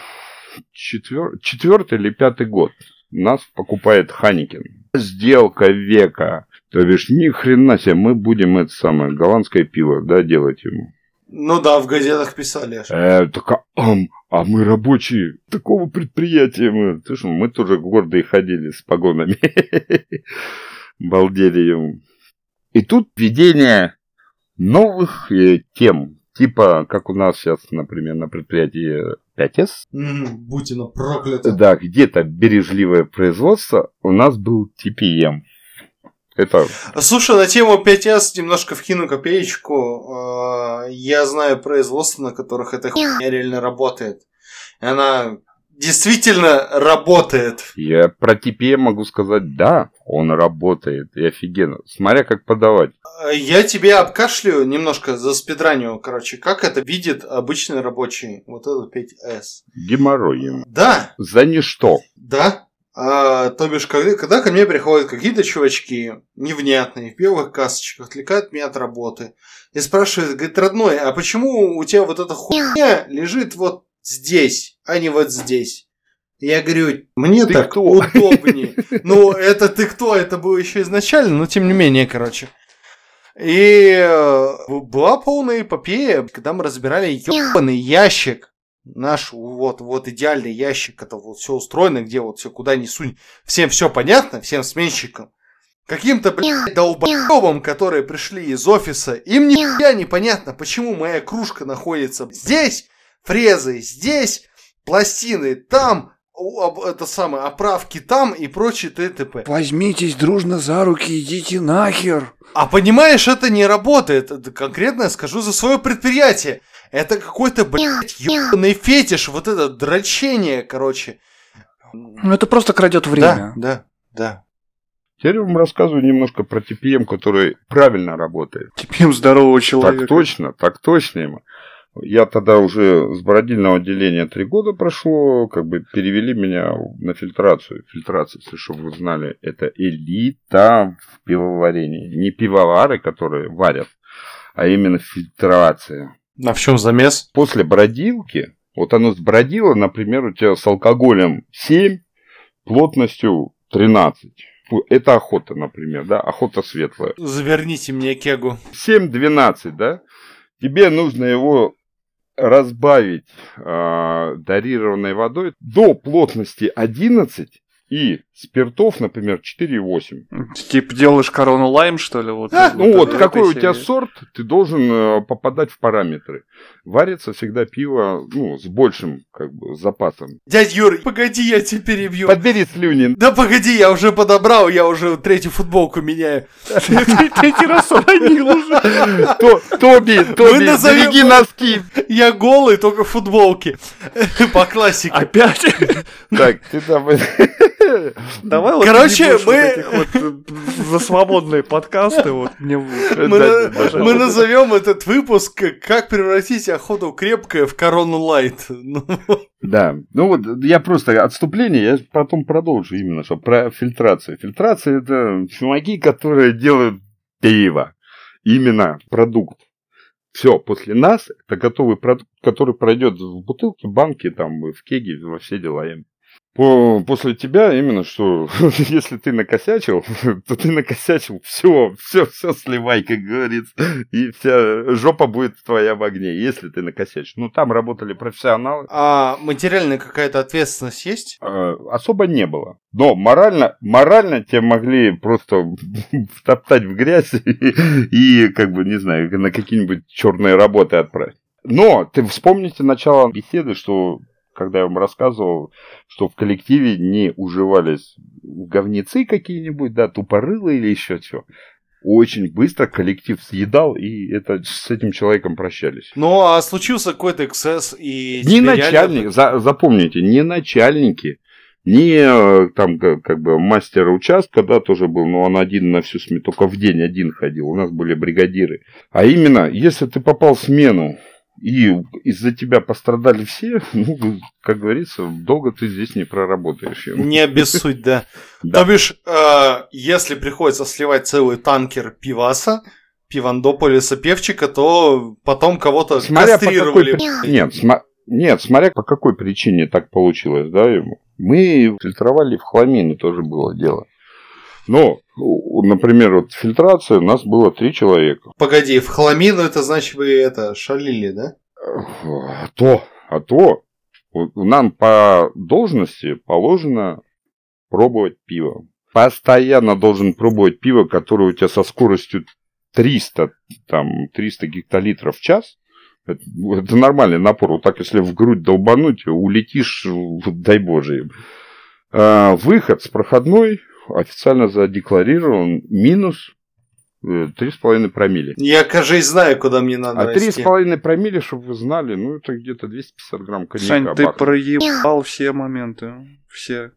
или 5 год нас покупает Ханикен. Сделка века. То бишь, ни хрена себе, мы будем это самое голландское пиво, да, делать ему. Ну да, в газетах писали. А мы рабочие такого предприятия. Мы тоже гордые ходили с погонами. Балдели ему. И тут введение новых тем, типа, как у нас сейчас, например, на предприятии 5С. Будь оно проклято. Да, где-то бережливое производство, у нас был TPM. Это... Слушай, на тему 5С немножко вкину копеечку. Я знаю производства, на которых эта хуйня реально работает. И она действительно работает. Я про TPM могу сказать, да, он работает, и офигенно. Смотря как подавать. Я тебе обкашляю немножко, заспидраню, короче, как это видит обычный рабочий, вот этот 5С. Геморрой ему. Да. За ничто. Да. То бишь, когда ко мне приходят какие-то чувачки невнятные, в белых касочках, отвлекают меня от работы и спрашивают, говорит, родной, а почему у тебя вот эта хуйня лежит вот здесь, а не вот здесь? Я говорю, мне ты так кто? удобнее. Ну, это ты кто? Это было еще изначально, но тем не менее, короче. И была полная эпопея, когда мы разбирали ебаный ящик. Наш вот идеальный ящик, это вот все устроено, где вот все куда ни сунь. Всем все понятно, всем сменщикам. Каким-то, блядь, долбоебам, которые пришли из офиса, им нихуя непонятно, почему моя кружка находится здесь, фрезы здесь, пластины там, это самое, оправки там и прочее т.д. Возьмитесь дружно за руки, идите нахер. А понимаешь, это не работает. Это конкретно я скажу за свое предприятие. Это какой-то, блядь, ебаный фетиш, вот это дрочение, короче. Ну это просто крадет время. Да. Теперь я вам рассказываю немножко про TPM, который правильно работает. TPM здорового человека. Так точно ему. Я тогда уже с бородильного отделения 3 года прошло, как бы перевели меня на фильтрацию. Фильтрация, если чтобы вы знали, это элита в пивоварении. Не пивовары, которые варят, а именно фильтрация. А в чем замес? После бродилки, вот оно сбродило, например, у тебя с алкоголем 7, плотностью 13. Это охота, например, да, охота светлая. Заверните мне кегу. 7-12, да? Тебе нужно его разбавить дорированной водой до плотности 11 и спиртов, например, 4,8. Типа делаешь корону лайм, что ли? Вот, какой у тебя сорт, ты должен попадать в параметры. Варится всегда пиво, с большим, как бы, запасом. Дядь Юр, погоди, я тебя перебью. Подбери слюни. Да погоди, я уже подобрал, я уже 3-ю футболку меняю. 3-й раз уронил уже. Тоби, береги носки. Я голый, только в футболке. По классике. Опять? Так, ты там... Давай вот короче, за свободные подкасты вот мне. Мы назовем этот выпуск «Как превратить охоту крепкое в корону лайт». Да, я просто отступление, я потом продолжу именно, что про фильтрацию. Фильтрация — это чуваки, которые делают пиво, именно продукт. Все, после нас это готовый продукт, который пройдет в бутылке, банке, там, в кеге, во все дела. После тебя именно, что если ты накосячил, то ты накосячил, все сливай, как говорится, и вся жопа будет твоя в огне, если ты накосячил. Там работали профессионалы. А материальная какая-то ответственность есть? Особо не было. Но морально тебя могли просто втоптать в грязь и, как бы, не знаю, на какие-нибудь черные работы отправить. Но ты вспомните начало беседы, что... Когда я вам рассказывал, что в коллективе не уживались говнецы какие-нибудь, да, тупорылые или еще что. Очень быстро коллектив съедал, и с этим человеком прощались. Ну, а случился какой-то эксцесс, и... Не начальник, запомните, не начальники, не там как бы мастер участка, да, тоже был, но он один на всю смену, только в день один ходил, у нас были бригадиры. А именно, если ты попал в смену, и из-за тебя пострадали все, как говорится, долго ты здесь не проработаешь. Не обессудь, да. То бишь, если приходится сливать целый танкер пиваса, пивандополиса, певчика, то потом кого-то кастрировали. Нет, смотря по какой причине так получилось, да, мы фильтровали в хламины, тоже было дело. Но, например, вот фильтрация, у нас было 3 человека. Погоди, в хламину это значит вы шалили, да? А то нам по должности положено пробовать пиво. Постоянно должен пробовать пиво, которое у тебя со скоростью 300 гектолитров в час. Это нормальный напор. Вот так, если в грудь долбануть, улетишь, дай Боже. Выход с проходной официально задекларирован минус 3,5 промилле. Я, кажется, знаю, куда мне надо расти. 3,5 промилле, чтобы вы знали, ну, это где-то 250 грамм коньяка. Сань, ты проебал все моменты. Все.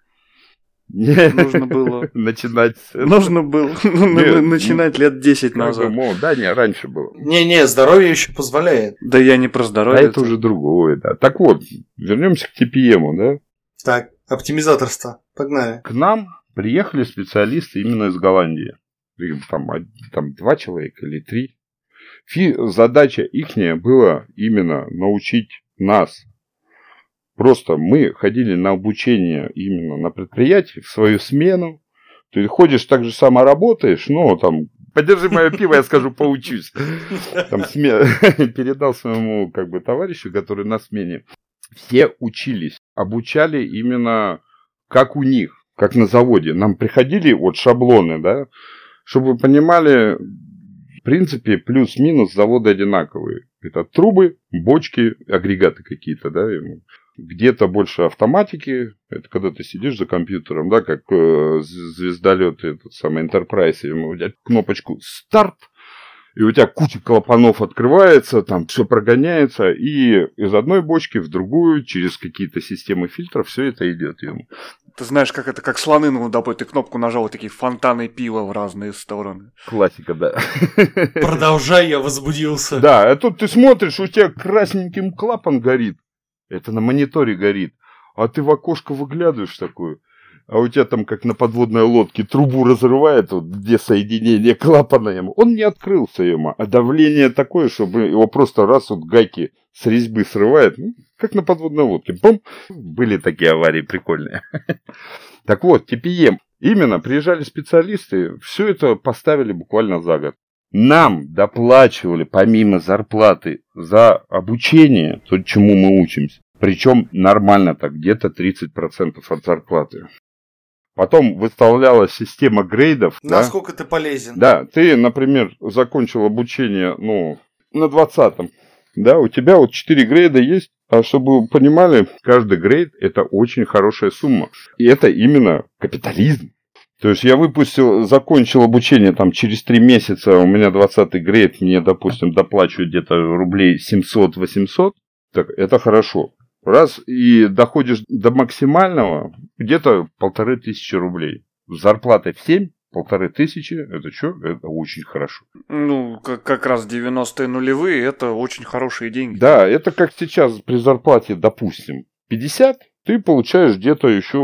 Нужно было начинать. Нужно было начинать лет 10 назад. Да, не, раньше было. Не, здоровье еще позволяет. Да я не про здоровье. А это уже другое, да. Так вот, вернемся к TPM, да? Так, оптимизаторство. Погнали. К нам приехали специалисты именно из Голландии. Там 2 человека или 3. Задача ихняя была именно научить нас. Просто мы ходили на обучение именно на предприятии в свою смену. Ты ходишь, так же само работаешь, но там, подержи мое пиво, я скажу, поучусь. Там передал своему товарищу, который на смене. Все учились, обучали именно как у них, как на заводе. Нам приходили шаблоны, да, чтобы вы понимали, в принципе, плюс-минус заводы одинаковые. Это трубы, бочки, агрегаты какие-то, да, где-то больше автоматики, это когда ты сидишь за компьютером, да, как звездолет, этот самый Enterprise, ему взять кнопочку «Старт», и у тебя куча клапанов открывается, там все прогоняется, и из одной бочки в другую, через какие-то системы фильтров, все это идет ему. Ты знаешь, как это, как слоны, ты кнопку нажал, и такие фонтаны пива в разные стороны. Классика, да. Продолжай, я возбудился. Да, а тут ты смотришь, у тебя красненьким клапан горит. Это на мониторе горит. А ты в окошко выглядываешь такую. А у тебя там, как на подводной лодке, трубу разрывает, где соединение клапана ему. Он не открылся ему. А давление такое, чтобы его просто раз гайки с резьбы срывает. Как на подводной лодке. Бум! Были такие аварии прикольные. Так вот, TPM. Именно приезжали специалисты. Все это поставили буквально за год. Нам доплачивали помимо зарплаты за обучение, то, чему мы учимся. Причем нормально так, где-то 30% от зарплаты. Потом выставлялась система грейдов. Насколько ты полезен. Да, ты, например, закончил обучение на 20-м. Да, у тебя 4 грейда есть. А чтобы вы понимали, каждый грейд – это очень хорошая сумма. И это именно капитализм. То есть я закончил обучение через 3 месяца, у меня 20-й грейд, мне, допустим, доплачивают где-то рублей 700-800, так это хорошо. Раз и доходишь до максимального, где-то 1500 рублей. С зарплатой в 7, 1500, это что? Это очень хорошо. Как раз 90-е нулевые, это очень хорошие деньги. Да, это как сейчас при зарплате, допустим, 50, ты получаешь где-то еще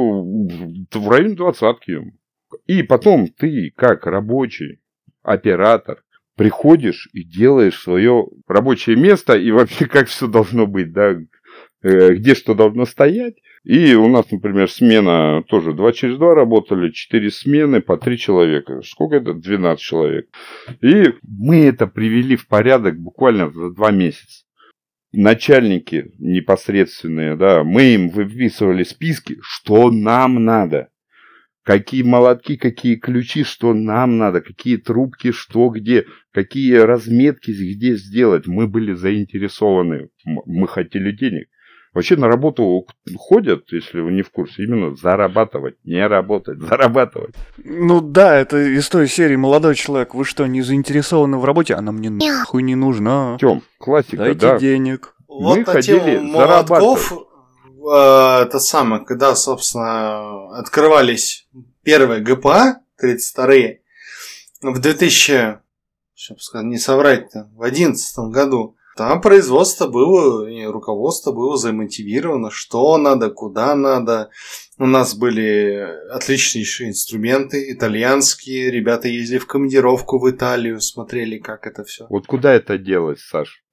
в районе 20-ки. И потом ты, как рабочий оператор, приходишь и делаешь свое рабочее место, и вообще как все должно быть, да, где что должно стоять. И у нас, например, смена тоже 2 через 2 работали, 4 смены по 3 человека. Сколько это? 12 человек. И мы это привели в порядок буквально за 2 месяца. Начальники непосредственные, да, мы им выписывали списки, что нам надо. Какие молотки, какие ключи, что нам надо, какие трубки, что где, какие разметки где сделать. Мы были заинтересованы, мы хотели денег. Вообще на работу ходят, если вы не в курсе, именно зарабатывать, не работать, зарабатывать. Да, это из той серии «Молодой человек, вы что, не заинтересованы в работе? Она мне нахуй не нужна. Тём, классика, дайте да. денег». Вот мы на хотели тему молотков, зарабатывать. когда, собственно, открывались первые ГПА, 32-е, в 2000, чтобы не соврать-то, в 2011 году, там производство было, и руководство было замотивировано, что надо, куда надо. У нас были отличнейшие инструменты, итальянские. Ребята ездили в командировку в Италию, смотрели, как это все. Вот куда это делать, Саш?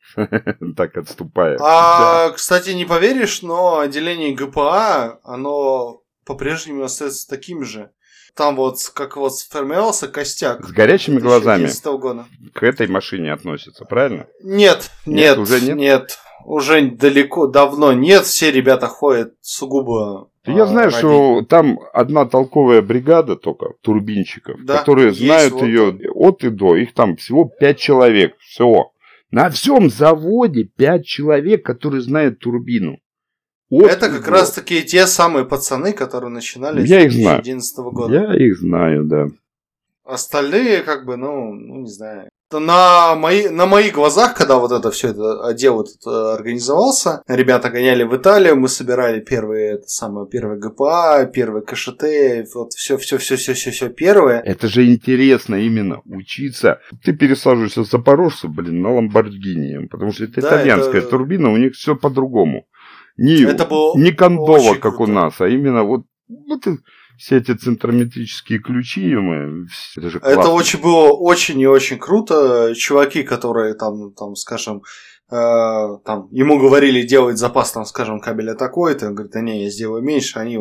Так отступая. Кстати, не поверишь, но отделение ГПА, оно по-прежнему остается таким же. Там как сформировался костяк. С горящими глазами года. К этой машине относится, правильно? Нет, уже нет. Уже далеко, давно нет. Все ребята ходят сугубо Я знаю, что там одна толковая бригада только турбинщиков, которые знают ее от и до. Их там всего 5 человек. Все. На всем заводе 5 человек, которые знают турбину. Это как раз таки те самые пацаны, которые начинали с 2011 года. Я их знаю, да. Остальные, не знаю. На моих глазах, когда вот это все это отдел организовался, ребята гоняли в Италию, мы собирали первые ГПА, первые КШТ, вот все первое. Это же интересно именно учиться. Ты пересаживаешься с запорожца, на Ламборгини, потому что это итальянская турбина, у них все по-другому. Не кондово, как круто. У нас, а именно вот все эти центрометрические ключи, это же классно. Это было очень и очень круто. Чуваки, которые скажем, ему говорили делать запас, кабеля такой-то, он говорит, не, я сделаю меньше, они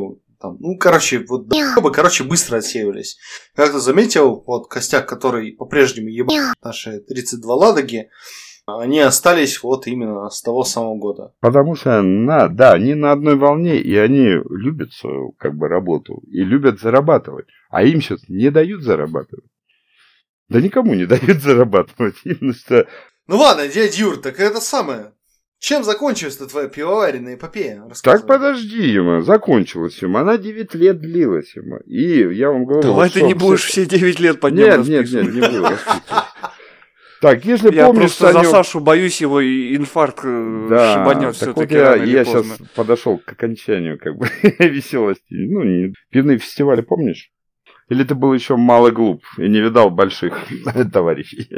быстро отсеивались. Как-то заметил, вот костяк, который по-прежнему ебал наши 32 Ладоги, они остались вот именно с того самого года. Потому что, они на одной волне, и они любят свою работу, и любят зарабатывать. А им сейчас не дают зарабатывать. Да никому не дают зарабатывать. Именно что... Ну ладно, дядя Юр, так это самое. Чем закончилась-то твоя пивоваренная эпопея? Так подожди, закончилась, она 9 лет длилась. И я вам говорю... Давай ты не будешь все 9 лет по дням расписывать. Нет, не буду расписывать. Так, если я помнишь, просто за Сашу боюсь, его инфаркт шибанет все-таки. Я сейчас подошел к окончанию веселости. Пивные фестивали помнишь? Или ты был еще мало глуп и не видал больших товарищей?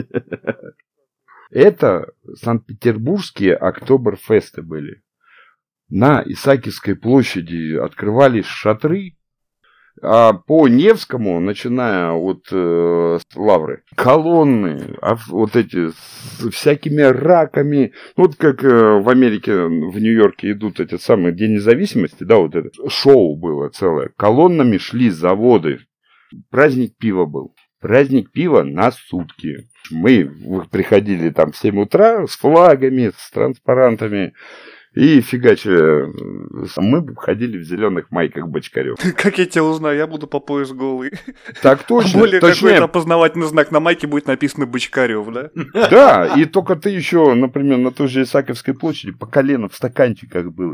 Это Санкт-Петербургские Октоберфесты были. На Исаакиевской площади открывались шатры. А по Невскому, начиная от Лавры, колонны, вот эти с всякими раками, вот как в Америке, в Нью-Йорке идут эти самые День независимости, вот это шоу было целое, колоннами шли заводы, праздник пива был, праздник пива на сутки. Мы приходили там в 7 утра с флагами, с транспарантами. И фигачили. Мы ходили в зеленых майках Бочкарев. Как я тебя узнаю? Я буду по пояс голый. Так точно. Более какой-то опознавательный знак на майке будет написано Бочкарев, да? Да, и только ты еще, например, на той же Исаакиевской площади по колено в стаканчиках был.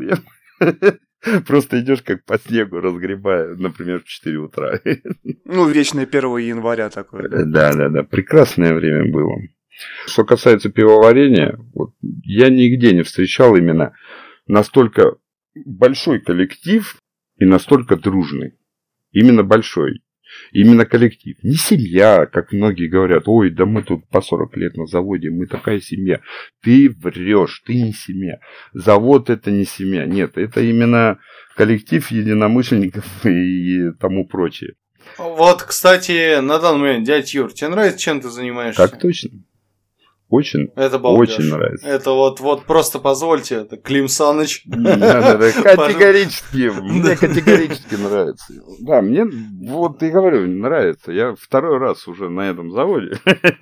Просто идешь как по снегу, разгребая, например, в 4 утра. Вечное 1 января такое. Да. Прекрасное время было. Что касается пивоварения, я нигде не встречал именно настолько большой коллектив и настолько дружный. Именно большой. Именно коллектив. Не семья, как многие говорят. Ой, да мы тут по 40 лет на заводе, мы такая семья. Ты врешь, ты не семья. Завод это не семья. Нет, это именно коллектив единомышленников и тому прочее. Вот, кстати, на данный момент, дядя Юр, тебе нравится, чем ты занимаешься? Так точно. Очень нравится. Это вот просто позвольте, это Клим Саныч. Категорически. Мне категорически нравится. Да, мне, и говорю, нравится. Я 2-й раз уже на этом заводе.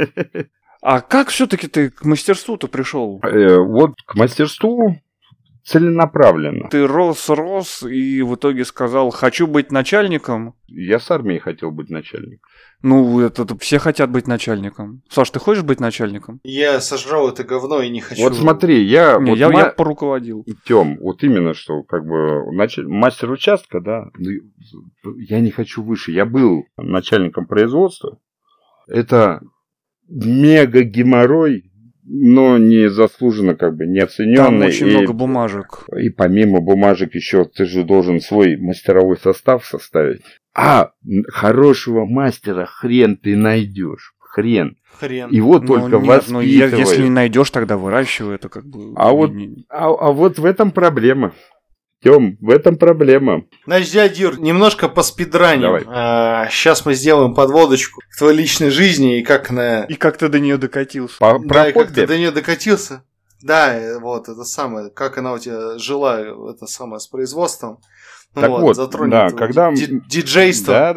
А как все-таки ты к мастерству-то пришел? К мастерству целенаправленно. Ты рос и в итоге сказал, хочу быть начальником. Я с армией хотел быть начальником. Это все хотят быть начальником. Саш, ты хочешь быть начальником? Я сожрал это говно и не хочу. Вот смотри, я поруководил. Тём, вот именно что, мастер участка, да, я не хочу выше. Я был начальником производства. Это мега геморрой, но не заслуженно, не оцененный. Там очень много бумажек. И помимо бумажек еще ты же должен свой мастеровой состав составить. А хорошего мастера хрен ты найдешь. Хрен. Его только воспитывают. Если не найдешь, тогда выращивай. Это А вот в этом проблема. Тём, в этом проблема. Значит, дядя Юр, немножко по спидранию. Сейчас мы сделаем подводочку к твоей личной жизни и как она... И как ты до нее докатился. Как ты до нее докатился. Да, вот это самое, как она у тебя жила, это самое, с производством. Затронет диджейство. Да.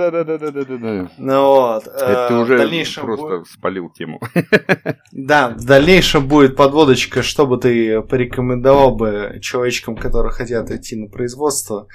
Это ты уже просто спалил тему. Да, в дальнейшем будет подводочка, что бы ты порекомендовал бы человечкам, которые хотят идти на производство.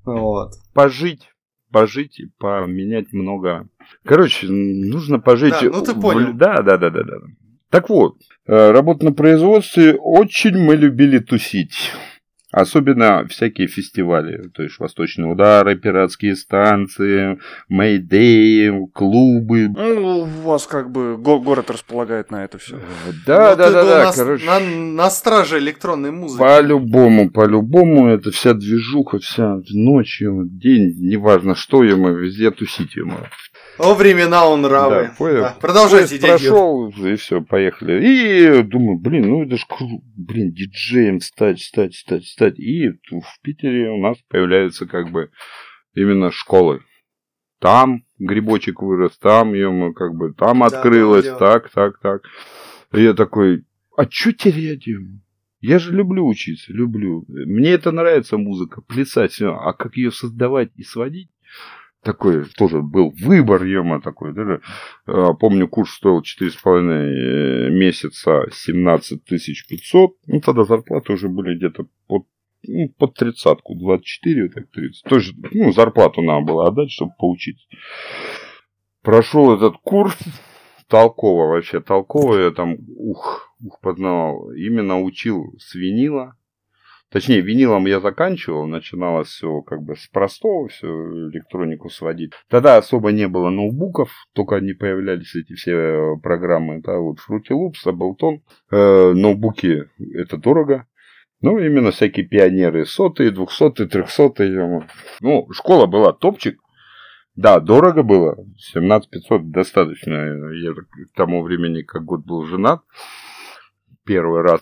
Вот. Пожить и поменять много. Короче, нужно пожить. Да, ну ты понял. Да. Так вот, работа на производстве, очень мы любили тусить. Особенно всякие фестивали, то есть восточные удары, пиратские станции, Мэйдэй, клубы. Ну, у вас как бы город располагает на это все. Да. Короче, на страже электронной музыки. По-любому, это вся движуха, вся ночью, день, неважно что, мы везде тусить ему. О, времена он нравы. Да, продолжайте, дядя. Прошел, и все, поехали. И думаю, это ж круто, диджеем стать. И в Питере у нас появляются как бы именно школы. Там грибочек вырос, там там открылось, так. И я такой, а что терять ему? Я же люблю учиться, люблю. Мне это нравится, музыка, плясать, все. А как ее создавать и сводить? Такой тоже был выбор, такой. Даже, помню, курс стоил 4,5 месяца 17 500. Ну, тогда зарплаты уже были где-то под 30-ку, 24, так 30. Тоже, зарплату надо было отдать, чтобы поучиться. Прошел этот курс. Толково. Я там, познавал. Именно учил с винила. Точнее, винилом я заканчивал, начиналось все как бы с простого, все электронику сводить. Тогда особо не было ноутбуков, только они появлялись, эти все программы. Да, вот Fruity Loops, Ableton. Ноутбуки это дорого. Именно всякие пионеры, 100-е, 200-е, 300-е. Школа была топчик. Да, дорого было. 17 500 достаточно. Я к тому времени, как год был женат. Первый раз.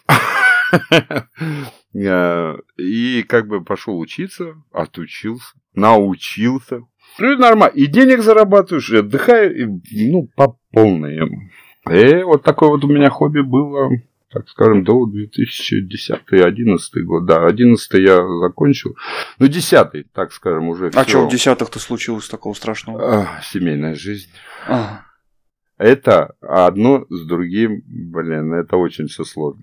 И как бы пошел учиться, отучился, научился. И нормально. И денег зарабатываешь, и отдыхаю, по полной. И вот такое вот у меня хобби было, так скажем, до 2010-2011 год. Да, 11 я закончил. 10-й, так скажем, уже. А что в 10-х-то случилось такого страшного? Семейная жизнь. Это одно с другим, это очень все сложно.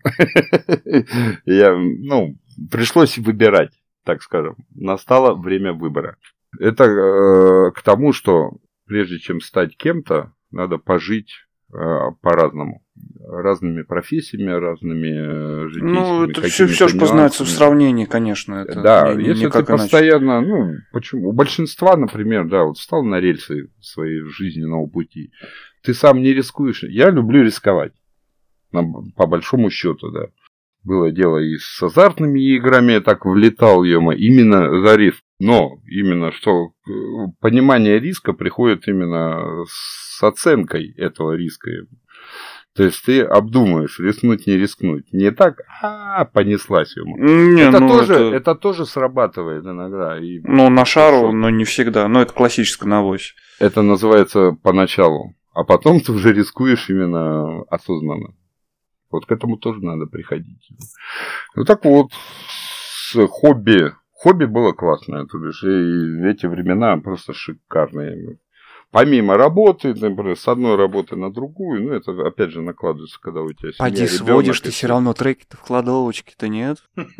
Пришлось выбирать, так скажем. Настало время выбора. Это к тому, что прежде чем стать кем-то, надо пожить по-разному. Разными профессиями, разными житейскими. Это все же познается в сравнении, конечно. Это да, если ты постоянно, почему? У большинства, например, встал на рельсы своего жизненного пути. Ты сам не рискуешь. Я люблю рисковать. По большому счету, да. Было дело и с азартными играми, я так влетал, именно за риск. Но именно что понимание риска приходит именно с оценкой этого риска. То есть ты обдумаешь, рискнуть, не рискнуть. Не так, понеслась ему. Это тоже срабатывает иногда. На шару, но не всегда. Это классическая навозь. Это называется поначалу. А потом ты уже рискуешь именно осознанно. Вот к этому тоже надо приходить. Так вот, с хобби. Хобби было классное. То бишь, и эти времена просто шикарные. Помимо работы, например, с одной работы на другую, это опять же накладывается, когда у тебя семья, Поди сводишь, ты все равно треки-то в кладовочке-то нет.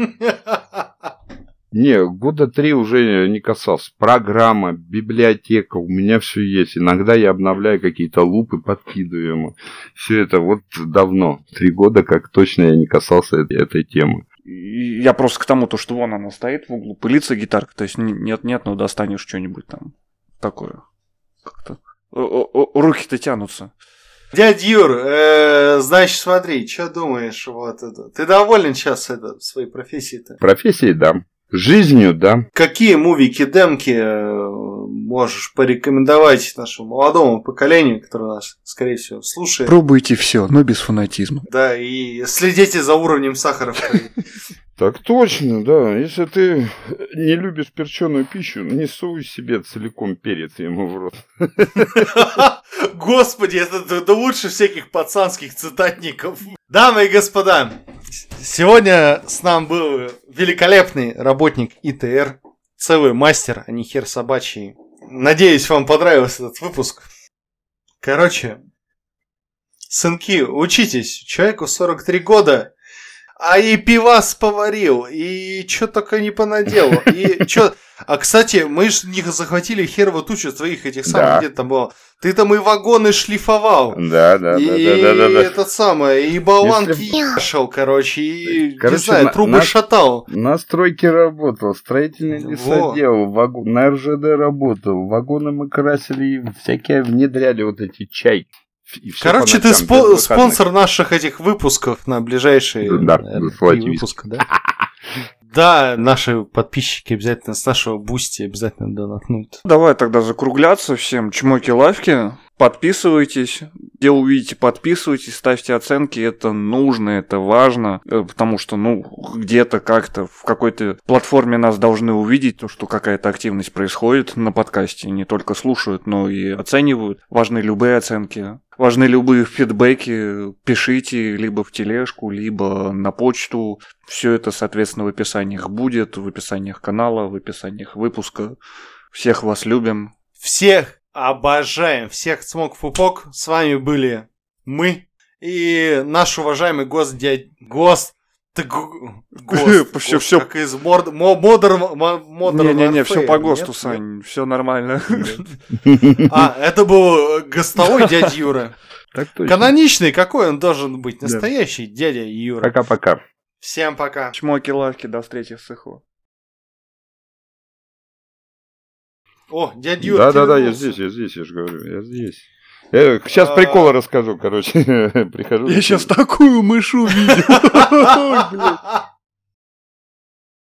Не, года 3 уже не касался. Программа, библиотека, у меня все есть. Иногда я обновляю какие-то лупы, подкидываю ему. Все это вот давно. 3 года, как точно я не касался этой темы. Я просто к тому, что вон она стоит в углу, пылится гитарка. То есть нет, достанешь что-нибудь там такое. Как-то руки-то тянутся. Дядь Юр, значит, смотри, что думаешь? Ты доволен сейчас своей профессией-то? Профессией, да. Жизнью, да. Какие мувики-демки можешь порекомендовать нашему молодому поколению, которое нас, скорее всего, слушает? Пробуйте все, но без фанатизма. Да, и следите за уровнем сахара в крови. Так точно, да. Если ты не любишь перченую пищу, не суй себе целиком перец ему в рот. Господи, это лучше всяких пацанских цитатников. Дамы и господа, сегодня с нами был великолепный работник ИТР, целый мастер, а не хер собачий. Надеюсь, вам понравился этот выпуск. Короче, сынки, учитесь, человеку 43 года, а и пивас поварил, и что только не понаделал. И чё... А, кстати, мы же не захватили херово тучу твоих этих самых, где там было. Ты там и вагоны шлифовал. Да. И этот самый, и болванки ешал, короче, и, не знаю, трубы шатал. На стройке работал, строительный лесодел, на РЖД работал, вагоны мы красили и всякие внедряли вот эти чайки. Короче, ты спонсор наших этих выпусков на ближайшие выпуски, да? Да, наши подписчики обязательно с нашего бусти обязательно донатнут. Давай тогда закругляться всем. Чмоки-лавки. Подписывайтесь. Где увидите, подписывайтесь, ставьте оценки. Это нужно, это важно. Потому что, где-то как-то в какой-то платформе нас должны увидеть, то, что какая-то активность происходит на подкасте. Не только слушают, но и оценивают. Важны любые оценки. Важны любые фидбэки. Пишите либо в тележку, либо на почту. Все это, соответственно, в описаниях будет. В описаниях канала, в описаниях выпуска. Всех вас любим. Всех обожаем. Всех цмок-фупок. С вами были мы и наш уважаемый гость. Все как из Modern Не, все по ГОСТу, Сань, все нормально. Это был гостовой дядя Юра. Так точно. Каноничный, какой он должен быть? Настоящий дядя Юра. Пока-пока. Всем пока. Чмоки-лавки, до встречи в цеху. О, дядя Юра. Да, я здесь, я же говорю, я здесь. Сейчас приколы расскажу, короче. Прихожу. Я сейчас такую мышу видел. Ой, блядь.